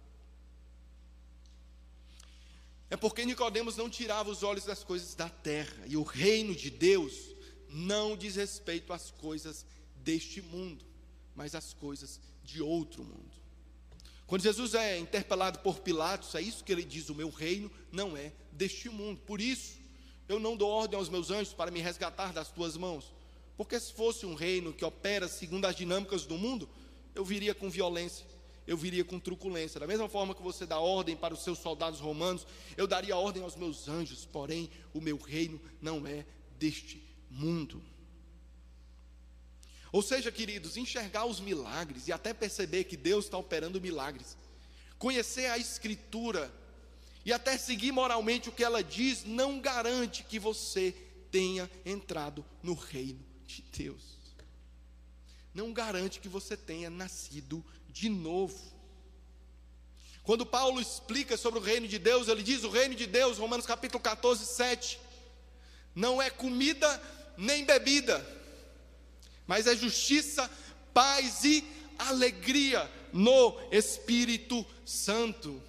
É porque Nicodemos não tirava os olhos das coisas da terra, e o reino de Deus não diz respeito às coisas deste mundo, mas às coisas de outro mundo. Quando Jesus é interpelado por Pilatos, é isso que ele diz: o meu reino não é deste mundo, por isso eu não dou ordem aos meus anjos para me resgatar das tuas mãos, porque se fosse um reino que opera segundo as dinâmicas do mundo, eu viria com violência, eu viria com truculência. Da mesma forma que você dá ordem para os seus soldados romanos, eu daria ordem aos meus anjos, porém o meu reino não é deste mundo. Ou seja, queridos, enxergar os milagres e até perceber que Deus está operando milagres, conhecer a Escritura e até seguir moralmente o que ela diz, não garante que você tenha entrado no reino de Deus. Não garante que você tenha nascido de novo. Quando Paulo explica sobre o reino de Deus, ele diz: o reino de Deus, Romanos capítulo catorze, sete, não é comida nem bebida, mas é justiça, paz e alegria no Espírito Santo.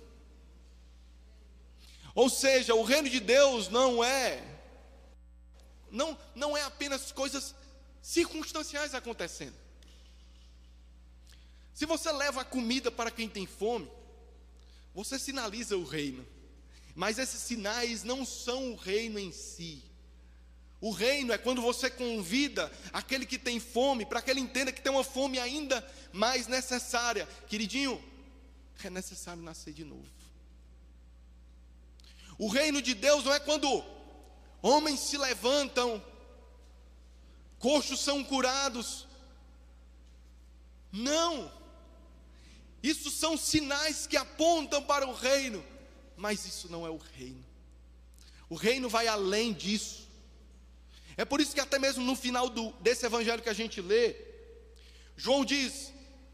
Ou seja, o reino de Deus não é não, não é apenas coisas circunstanciais acontecendo. Se você leva a comida para quem tem fome, você sinaliza o reino, mas esses sinais não são o reino em si. O reino é quando você convida aquele que tem fome, para que ele entenda que tem uma fome ainda mais necessária. Queridinho, é necessário nascer de novo. O reino de Deus não é quando homens se levantam, coxos são curados. Não. Isso são sinais que apontam para o reino, mas isso não é o reino. O reino vai além disso. É por isso que até mesmo no final do, desse evangelho que a gente lê, João diz: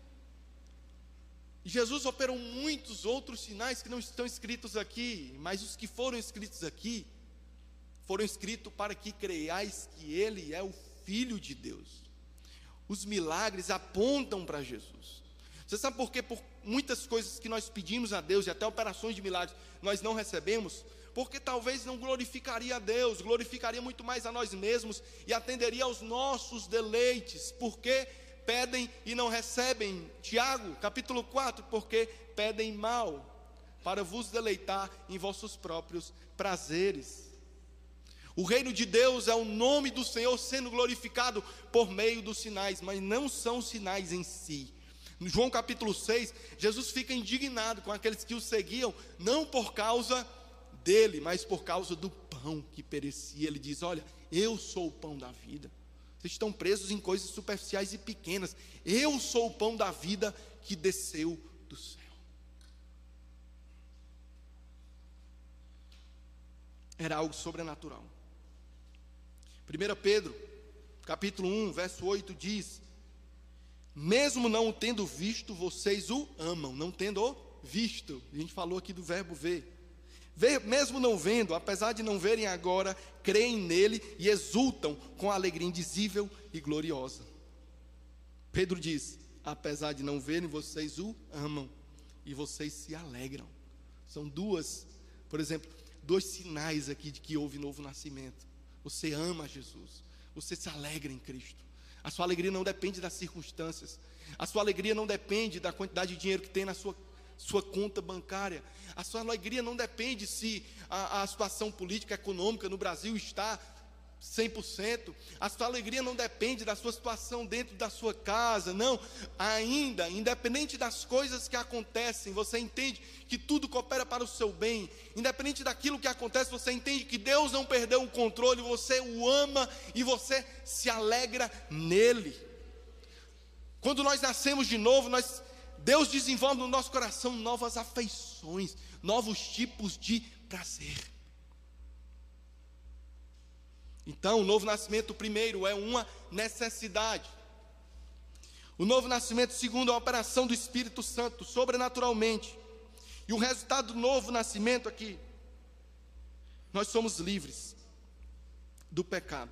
Jesus operou muitos outros sinais que não estão escritos aqui, mas os que foram escritos aqui, foram escritos para que creiais que Ele é o Filho de Deus. Os milagres apontam para Jesus. Você sabe por quê? Por muitas coisas que nós pedimos a Deus, e até operações de milagres, nós não recebemos, porque talvez não glorificaria a Deus, glorificaria muito mais a nós mesmos, e atenderia aos nossos deleites, porque pedem e não recebem. Tiago, capítulo quatro, porque pedem mal, para vos deleitar em vossos próprios prazeres. O reino de Deus é o nome do Senhor sendo glorificado por meio dos sinais, mas não são os sinais em si. No João capítulo seis, Jesus fica indignado com aqueles que o seguiam, não por causa dele, mas por causa do pão que perecia. Ele diz: olha, eu sou o pão da vida. Vocês estão presos em coisas superficiais e pequenas. Eu sou o pão da vida que desceu do céu. Era algo sobrenatural. primeira Pedro, capítulo um, verso oito diz: mesmo não o tendo visto, vocês o amam. Não tendo o visto. A gente falou aqui do verbo ver. Ver, mesmo não vendo, apesar de não verem agora, creem nele e exultam com alegria indizível e gloriosa. Pedro diz: apesar de não verem, vocês o amam e vocês se alegram. São duas, por exemplo, dois sinais aqui de que houve novo nascimento. Você ama Jesus, você se alegra em Cristo. A sua alegria não depende das circunstâncias. A sua alegria não depende da quantidade de dinheiro que tem na sua sua conta bancária. A sua alegria não depende se a, a situação política, econômica no Brasil está cem por cento. A sua alegria não depende da sua situação dentro da sua casa. Não, ainda, independente das coisas que acontecem, você entende que tudo coopera para o seu bem. Independente daquilo que acontece, você entende que Deus não perdeu o controle, você o ama e você se alegra nele. Quando nós nascemos de novo, nós Deus desenvolve no nosso coração novas afeições, novos tipos de prazer. Então, o novo nascimento, primeiro, é uma necessidade. O novo nascimento, segundo, é uma operação do Espírito Santo, sobrenaturalmente. E o resultado do novo nascimento aqui, nós somos livres do pecado.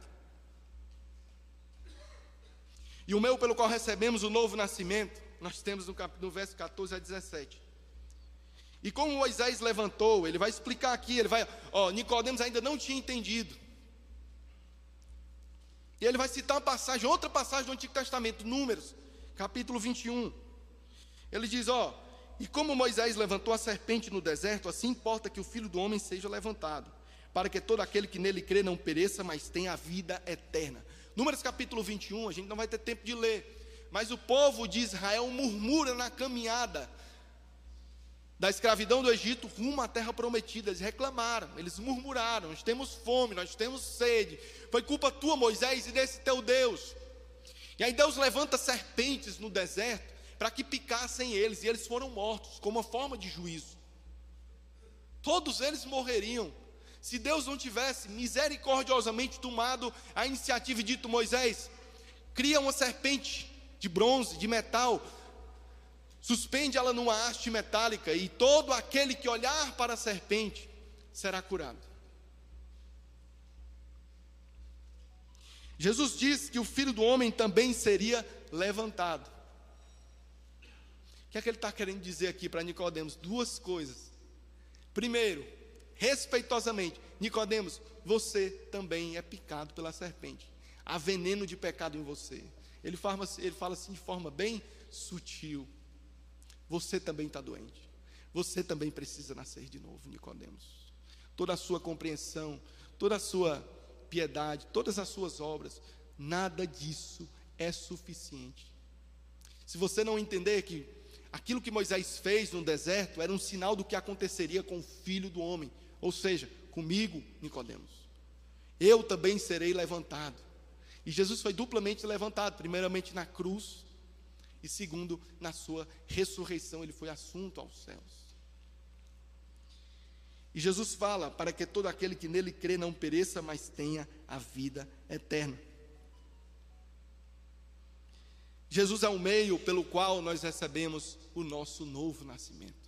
E o meio pelo qual recebemos o novo nascimento, nós temos no, cap... no verso catorze a dezessete. E como Moisés levantou, ele vai explicar aqui, ele vai, ó, Nicodemos ainda não tinha entendido. E ele vai citar uma passagem, outra passagem do Antigo Testamento, Números, capítulo vinte e um. Ele diz, ó, e como Moisés levantou a serpente no deserto, assim importa que o Filho do Homem seja levantado, para que todo aquele que nele crê não pereça, mas tenha a vida eterna. Números capítulo vinte e um, a gente não vai ter tempo de ler. Mas o povo de Israel murmura na caminhada da escravidão do Egito rumo à terra prometida. Eles reclamaram, eles murmuraram: nós temos fome, nós temos sede, foi culpa tua, Moisés, e desse teu Deus. E aí Deus levanta serpentes no deserto para que picassem eles, e eles foram mortos como uma forma de juízo. Todos eles morreriam se Deus não tivesse misericordiosamente tomado a iniciativa e dito: Moisés, cria uma serpente de bronze, de metal, suspende ela numa haste metálica, e todo aquele que olhar para a serpente será curado. Jesus disse que o Filho do Homem também seria levantado. O que é que ele está querendo dizer aqui para Nicodemos? Duas coisas. Primeiro, respeitosamente, Nicodemos, você também é picado pela serpente. Há veneno de pecado em você. Ele fala, ele fala assim de forma bem sutil: você também está doente. Você também precisa nascer de novo, Nicodemos. Toda a sua compreensão, toda a sua piedade, todas as suas obras, nada disso é suficiente. Se você não entender que aquilo que Moisés fez no deserto era um sinal do que aconteceria com o Filho do Homem, ou seja, comigo, Nicodemos, eu também serei levantado. E Jesus foi duplamente levantado, primeiramente na cruz, e segundo, na sua ressurreição, ele foi assunto aos céus. E Jesus fala para que todo aquele que nele crê não pereça, mas tenha a vida eterna. Jesus é o meio pelo qual nós recebemos o nosso novo nascimento.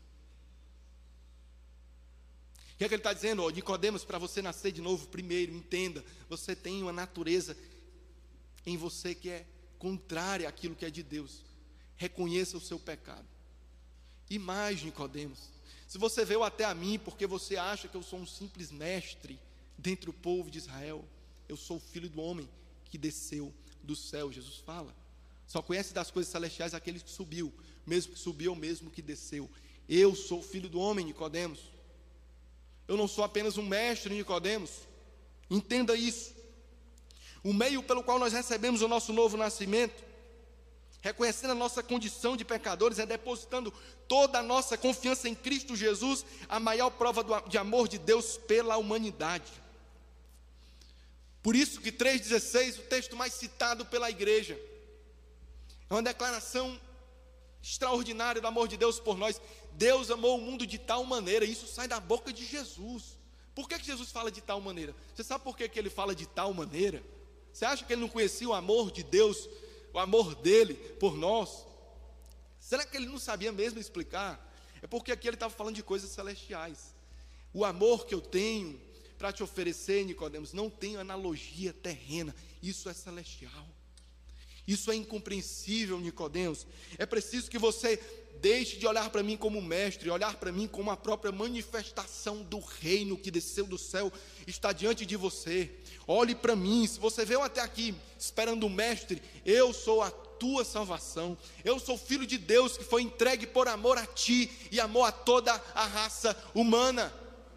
O que é que ele está dizendo? Oh, Nicodemos, para você nascer de novo, primeiro, entenda, você tem uma natureza em você que é contrária àquilo que é de Deus. Reconheça o seu pecado. E mais, Nicodemos, se você veio até a mim porque você acha que eu sou um simples mestre dentre o povo de Israel, eu sou o Filho do Homem que desceu do céu. Jesus fala: só conhece das coisas celestiais aquele que subiu, mesmo que subiu ou mesmo que desceu. Eu sou o Filho do Homem, Nicodemos. Eu não sou apenas um mestre, Nicodemos. Entenda isso. O meio pelo qual nós recebemos o nosso novo nascimento, reconhecendo a nossa condição de pecadores, é depositando toda a nossa confiança em Cristo Jesus, a maior prova de amor de Deus pela humanidade. Por isso que três dezesseis, o texto mais citado pela igreja, é uma declaração extraordinária do amor de Deus por nós. Deus amou o mundo de tal maneira, isso sai da boca de Jesus. Por que que Jesus fala de tal maneira? Você sabe por que que ele fala de tal maneira? Você acha que ele não conhecia o amor de Deus, o amor dele por nós? Será que ele não sabia mesmo explicar? É porque aqui ele estava falando de coisas celestiais. O amor que eu tenho para te oferecer, Nicodemos, não tem analogia terrena, isso é celestial. Isso é incompreensível, Nicodemos. É preciso que você deixe de olhar para mim como mestre, olhar para mim como a própria manifestação do reino que desceu do céu, está diante de você. Olhe para mim. Se você veio até aqui esperando um mestre, eu sou a tua salvação. Eu sou filho de Deus que foi entregue por amor a ti e amor a toda a raça humana.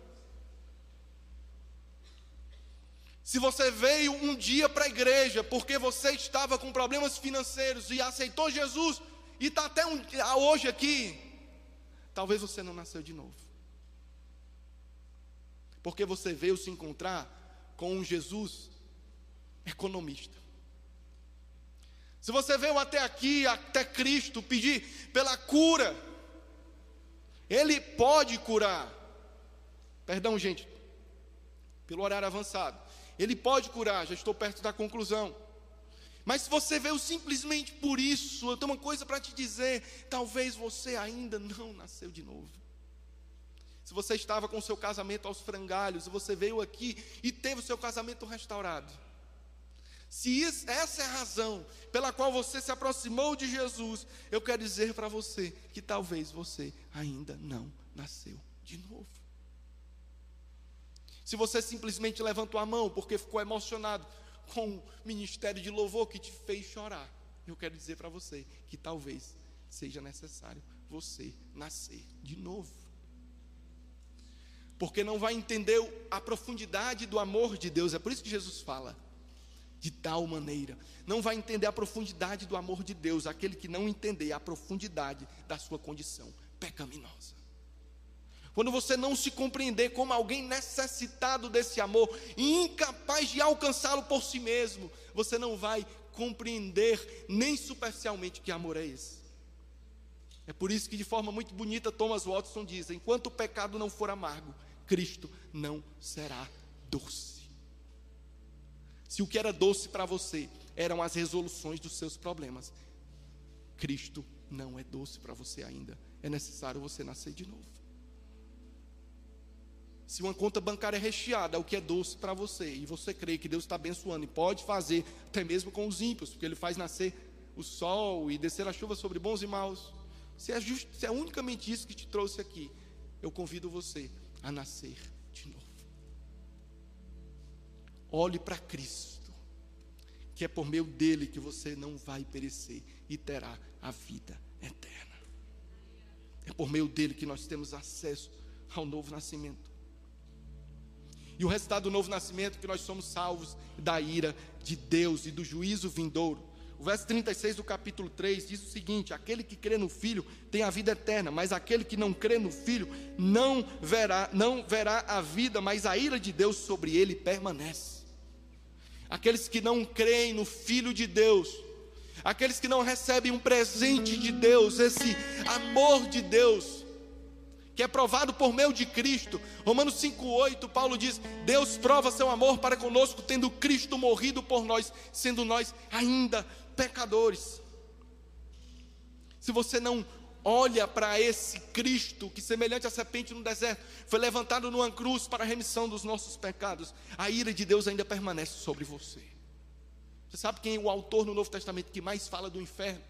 Se você veio um dia para a igreja porque você estava com problemas financeiros e aceitou Jesus e está até um, hoje aqui, talvez você não nasceu de novo, porque você veio se encontrar com um Jesus economista. Se você veio até aqui, até Cristo, pedir pela cura, Ele pode curar. Perdão, gente, pelo horário avançado. Ele pode curar, já estou perto da conclusão. Mas se você veio simplesmente por isso, eu tenho uma coisa para te dizer: talvez você ainda não nasceu de novo. Se você estava com o seu casamento aos frangalhos, e você veio aqui e teve o seu casamento restaurado, se isso, essa é a razão pela qual você se aproximou de Jesus, eu quero dizer para você que talvez você ainda não nasceu de novo. Se você simplesmente levantou a mão porque ficou emocionado com o ministério de louvor que te fez chorar, eu quero dizer para você que talvez seja necessário você nascer de novo. Porque não vai entender a profundidade do amor de Deus. É por isso que Jesus fala de tal maneira. Não vai entender a profundidade do amor de Deus aquele que não entender a profundidade da sua condição pecaminosa. Quando você não se compreender como alguém necessitado desse amor e incapaz de alcançá-lo por si mesmo, você não vai compreender nem superficialmente que amor é esse. É por isso que de forma muito bonita Thomas Watson diz: enquanto o pecado não for amargo, Cristo não será doce. Se o que era doce para você eram as resoluções dos seus problemas, Cristo não é doce para você ainda. É necessário você nascer de novo. Se uma conta bancária é recheada, é o que é doce para você, e você crê que Deus está abençoando, e pode fazer até mesmo com os ímpios, porque Ele faz nascer o sol e descer a chuva sobre bons e maus. Se é, just, se é unicamente isso que te trouxe aqui, eu convido você a nascer de novo. Olhe para Cristo, que é por meio dele que você não vai perecer e terá a vida eterna. É por meio dele que nós temos acesso ao novo nascimento. E o resultado do novo nascimento é que nós somos salvos da ira de Deus e do juízo vindouro. O verso trinta e seis do capítulo três diz o seguinte: aquele que crê no Filho tem a vida eterna, mas aquele que não crê no Filho não verá, não verá a vida, mas a ira de Deus sobre ele permanece. Aqueles que não creem no Filho de Deus, aqueles que não recebem um presente de Deus, esse amor de Deus, que é provado por meio de Cristo. Romanos cinco, oito, Paulo diz: Deus prova seu amor para conosco, tendo Cristo morrido por nós, sendo nós ainda pecadores. Se você não olha para esse Cristo, que semelhante à serpente no deserto, foi levantado numa cruz para a remissão dos nossos pecados, a ira de Deus ainda permanece sobre você. Você sabe quem é o autor no Novo Testamento que mais fala do inferno?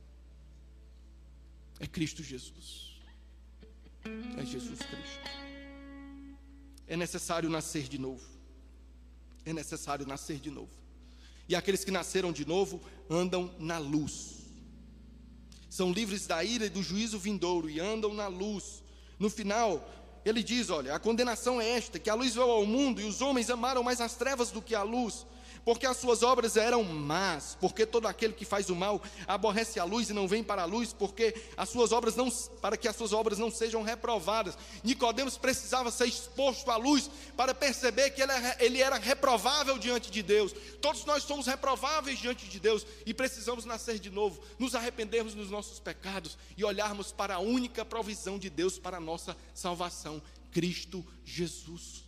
É Cristo Jesus. É Jesus Cristo. É necessário nascer de novo. É necessário nascer de novo. E aqueles que nasceram de novo andam na luz. São livres da ira e do juízo vindouro e andam na luz. No final, ele diz: olha, a condenação é esta, que a luz veio ao mundo e os homens amaram mais as trevas do que a luz, porque as suas obras eram más. Porque todo aquele que faz o mal aborrece a luz e não vem para a luz, porque as suas obras não, para que as suas obras não sejam reprovadas. Nicodemos precisava ser exposto à luz para perceber que ele era, ele era reprovável diante de Deus. Todos nós somos reprováveis diante de Deus e precisamos nascer de novo, nos arrependermos dos nossos pecados e olharmos para a única provisão de Deus para a nossa salvação: Cristo Jesus.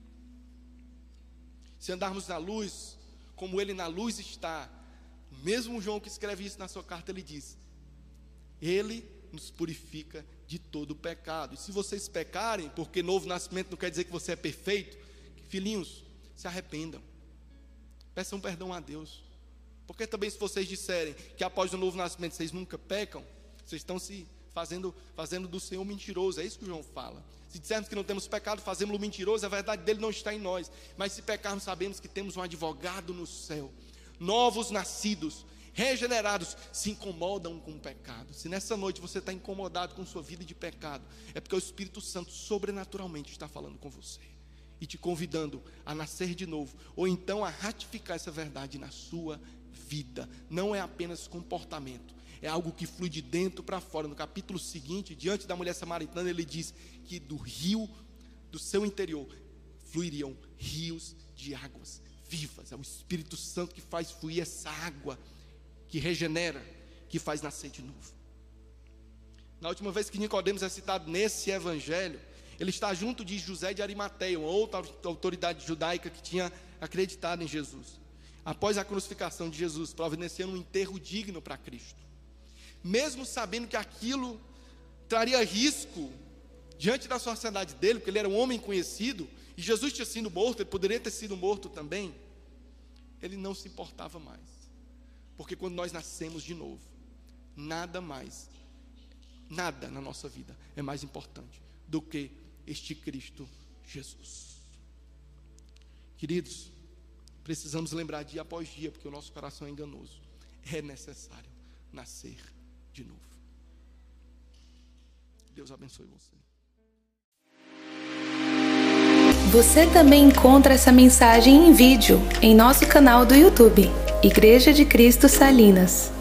Se andarmos na luz, como Ele na luz está, mesmo João que escreve isso na sua carta, ele diz: Ele nos purifica de todo o pecado. E se vocês pecarem, porque novo nascimento não quer dizer que você é perfeito, filhinhos, se arrependam, peçam perdão a Deus. Porque também, se vocês disserem que após o novo nascimento vocês nunca pecam, vocês estão se fazendo, fazendo do Senhor mentiroso. É isso que João fala. Se dissermos que não temos pecado, fazemos-lo mentiroso, a verdade dele não está em nós. Mas se pecarmos, sabemos que temos um advogado no céu. Novos nascidos, regenerados, se incomodam com o pecado. Se nessa noite você está incomodado com sua vida de pecado, é porque o Espírito Santo sobrenaturalmente está falando com você e te convidando a nascer de novo, ou então a ratificar essa verdade na sua vida. Não é apenas comportamento, é algo que flui de dentro para fora. No capítulo seguinte, diante da mulher samaritana, ele diz que do rio, do seu interior, fluiriam rios de águas vivas. É o Espírito Santo que faz fluir essa água, que regenera, que faz nascer de novo. Na última vez que Nicodemos é citado nesse evangelho, ele está junto de José de Arimateia, uma outra autoridade judaica que tinha acreditado em Jesus. Após a crucificação de Jesus, providenciando um enterro digno para Cristo. Mesmo sabendo que aquilo traria risco diante da sociedade dele, porque ele era um homem conhecido, e Jesus tinha sido morto, ele poderia ter sido morto também, ele não se importava mais. Porque quando nós nascemos de novo, nada mais, nada na nossa vida é mais importante do que este Cristo Jesus. Queridos, precisamos lembrar dia após dia, porque o nosso coração é enganoso. É necessário nascer de novo. Deus abençoe você. Você também encontra essa mensagem em vídeo em nosso canal do YouTube, Igreja de Cristo Salinas.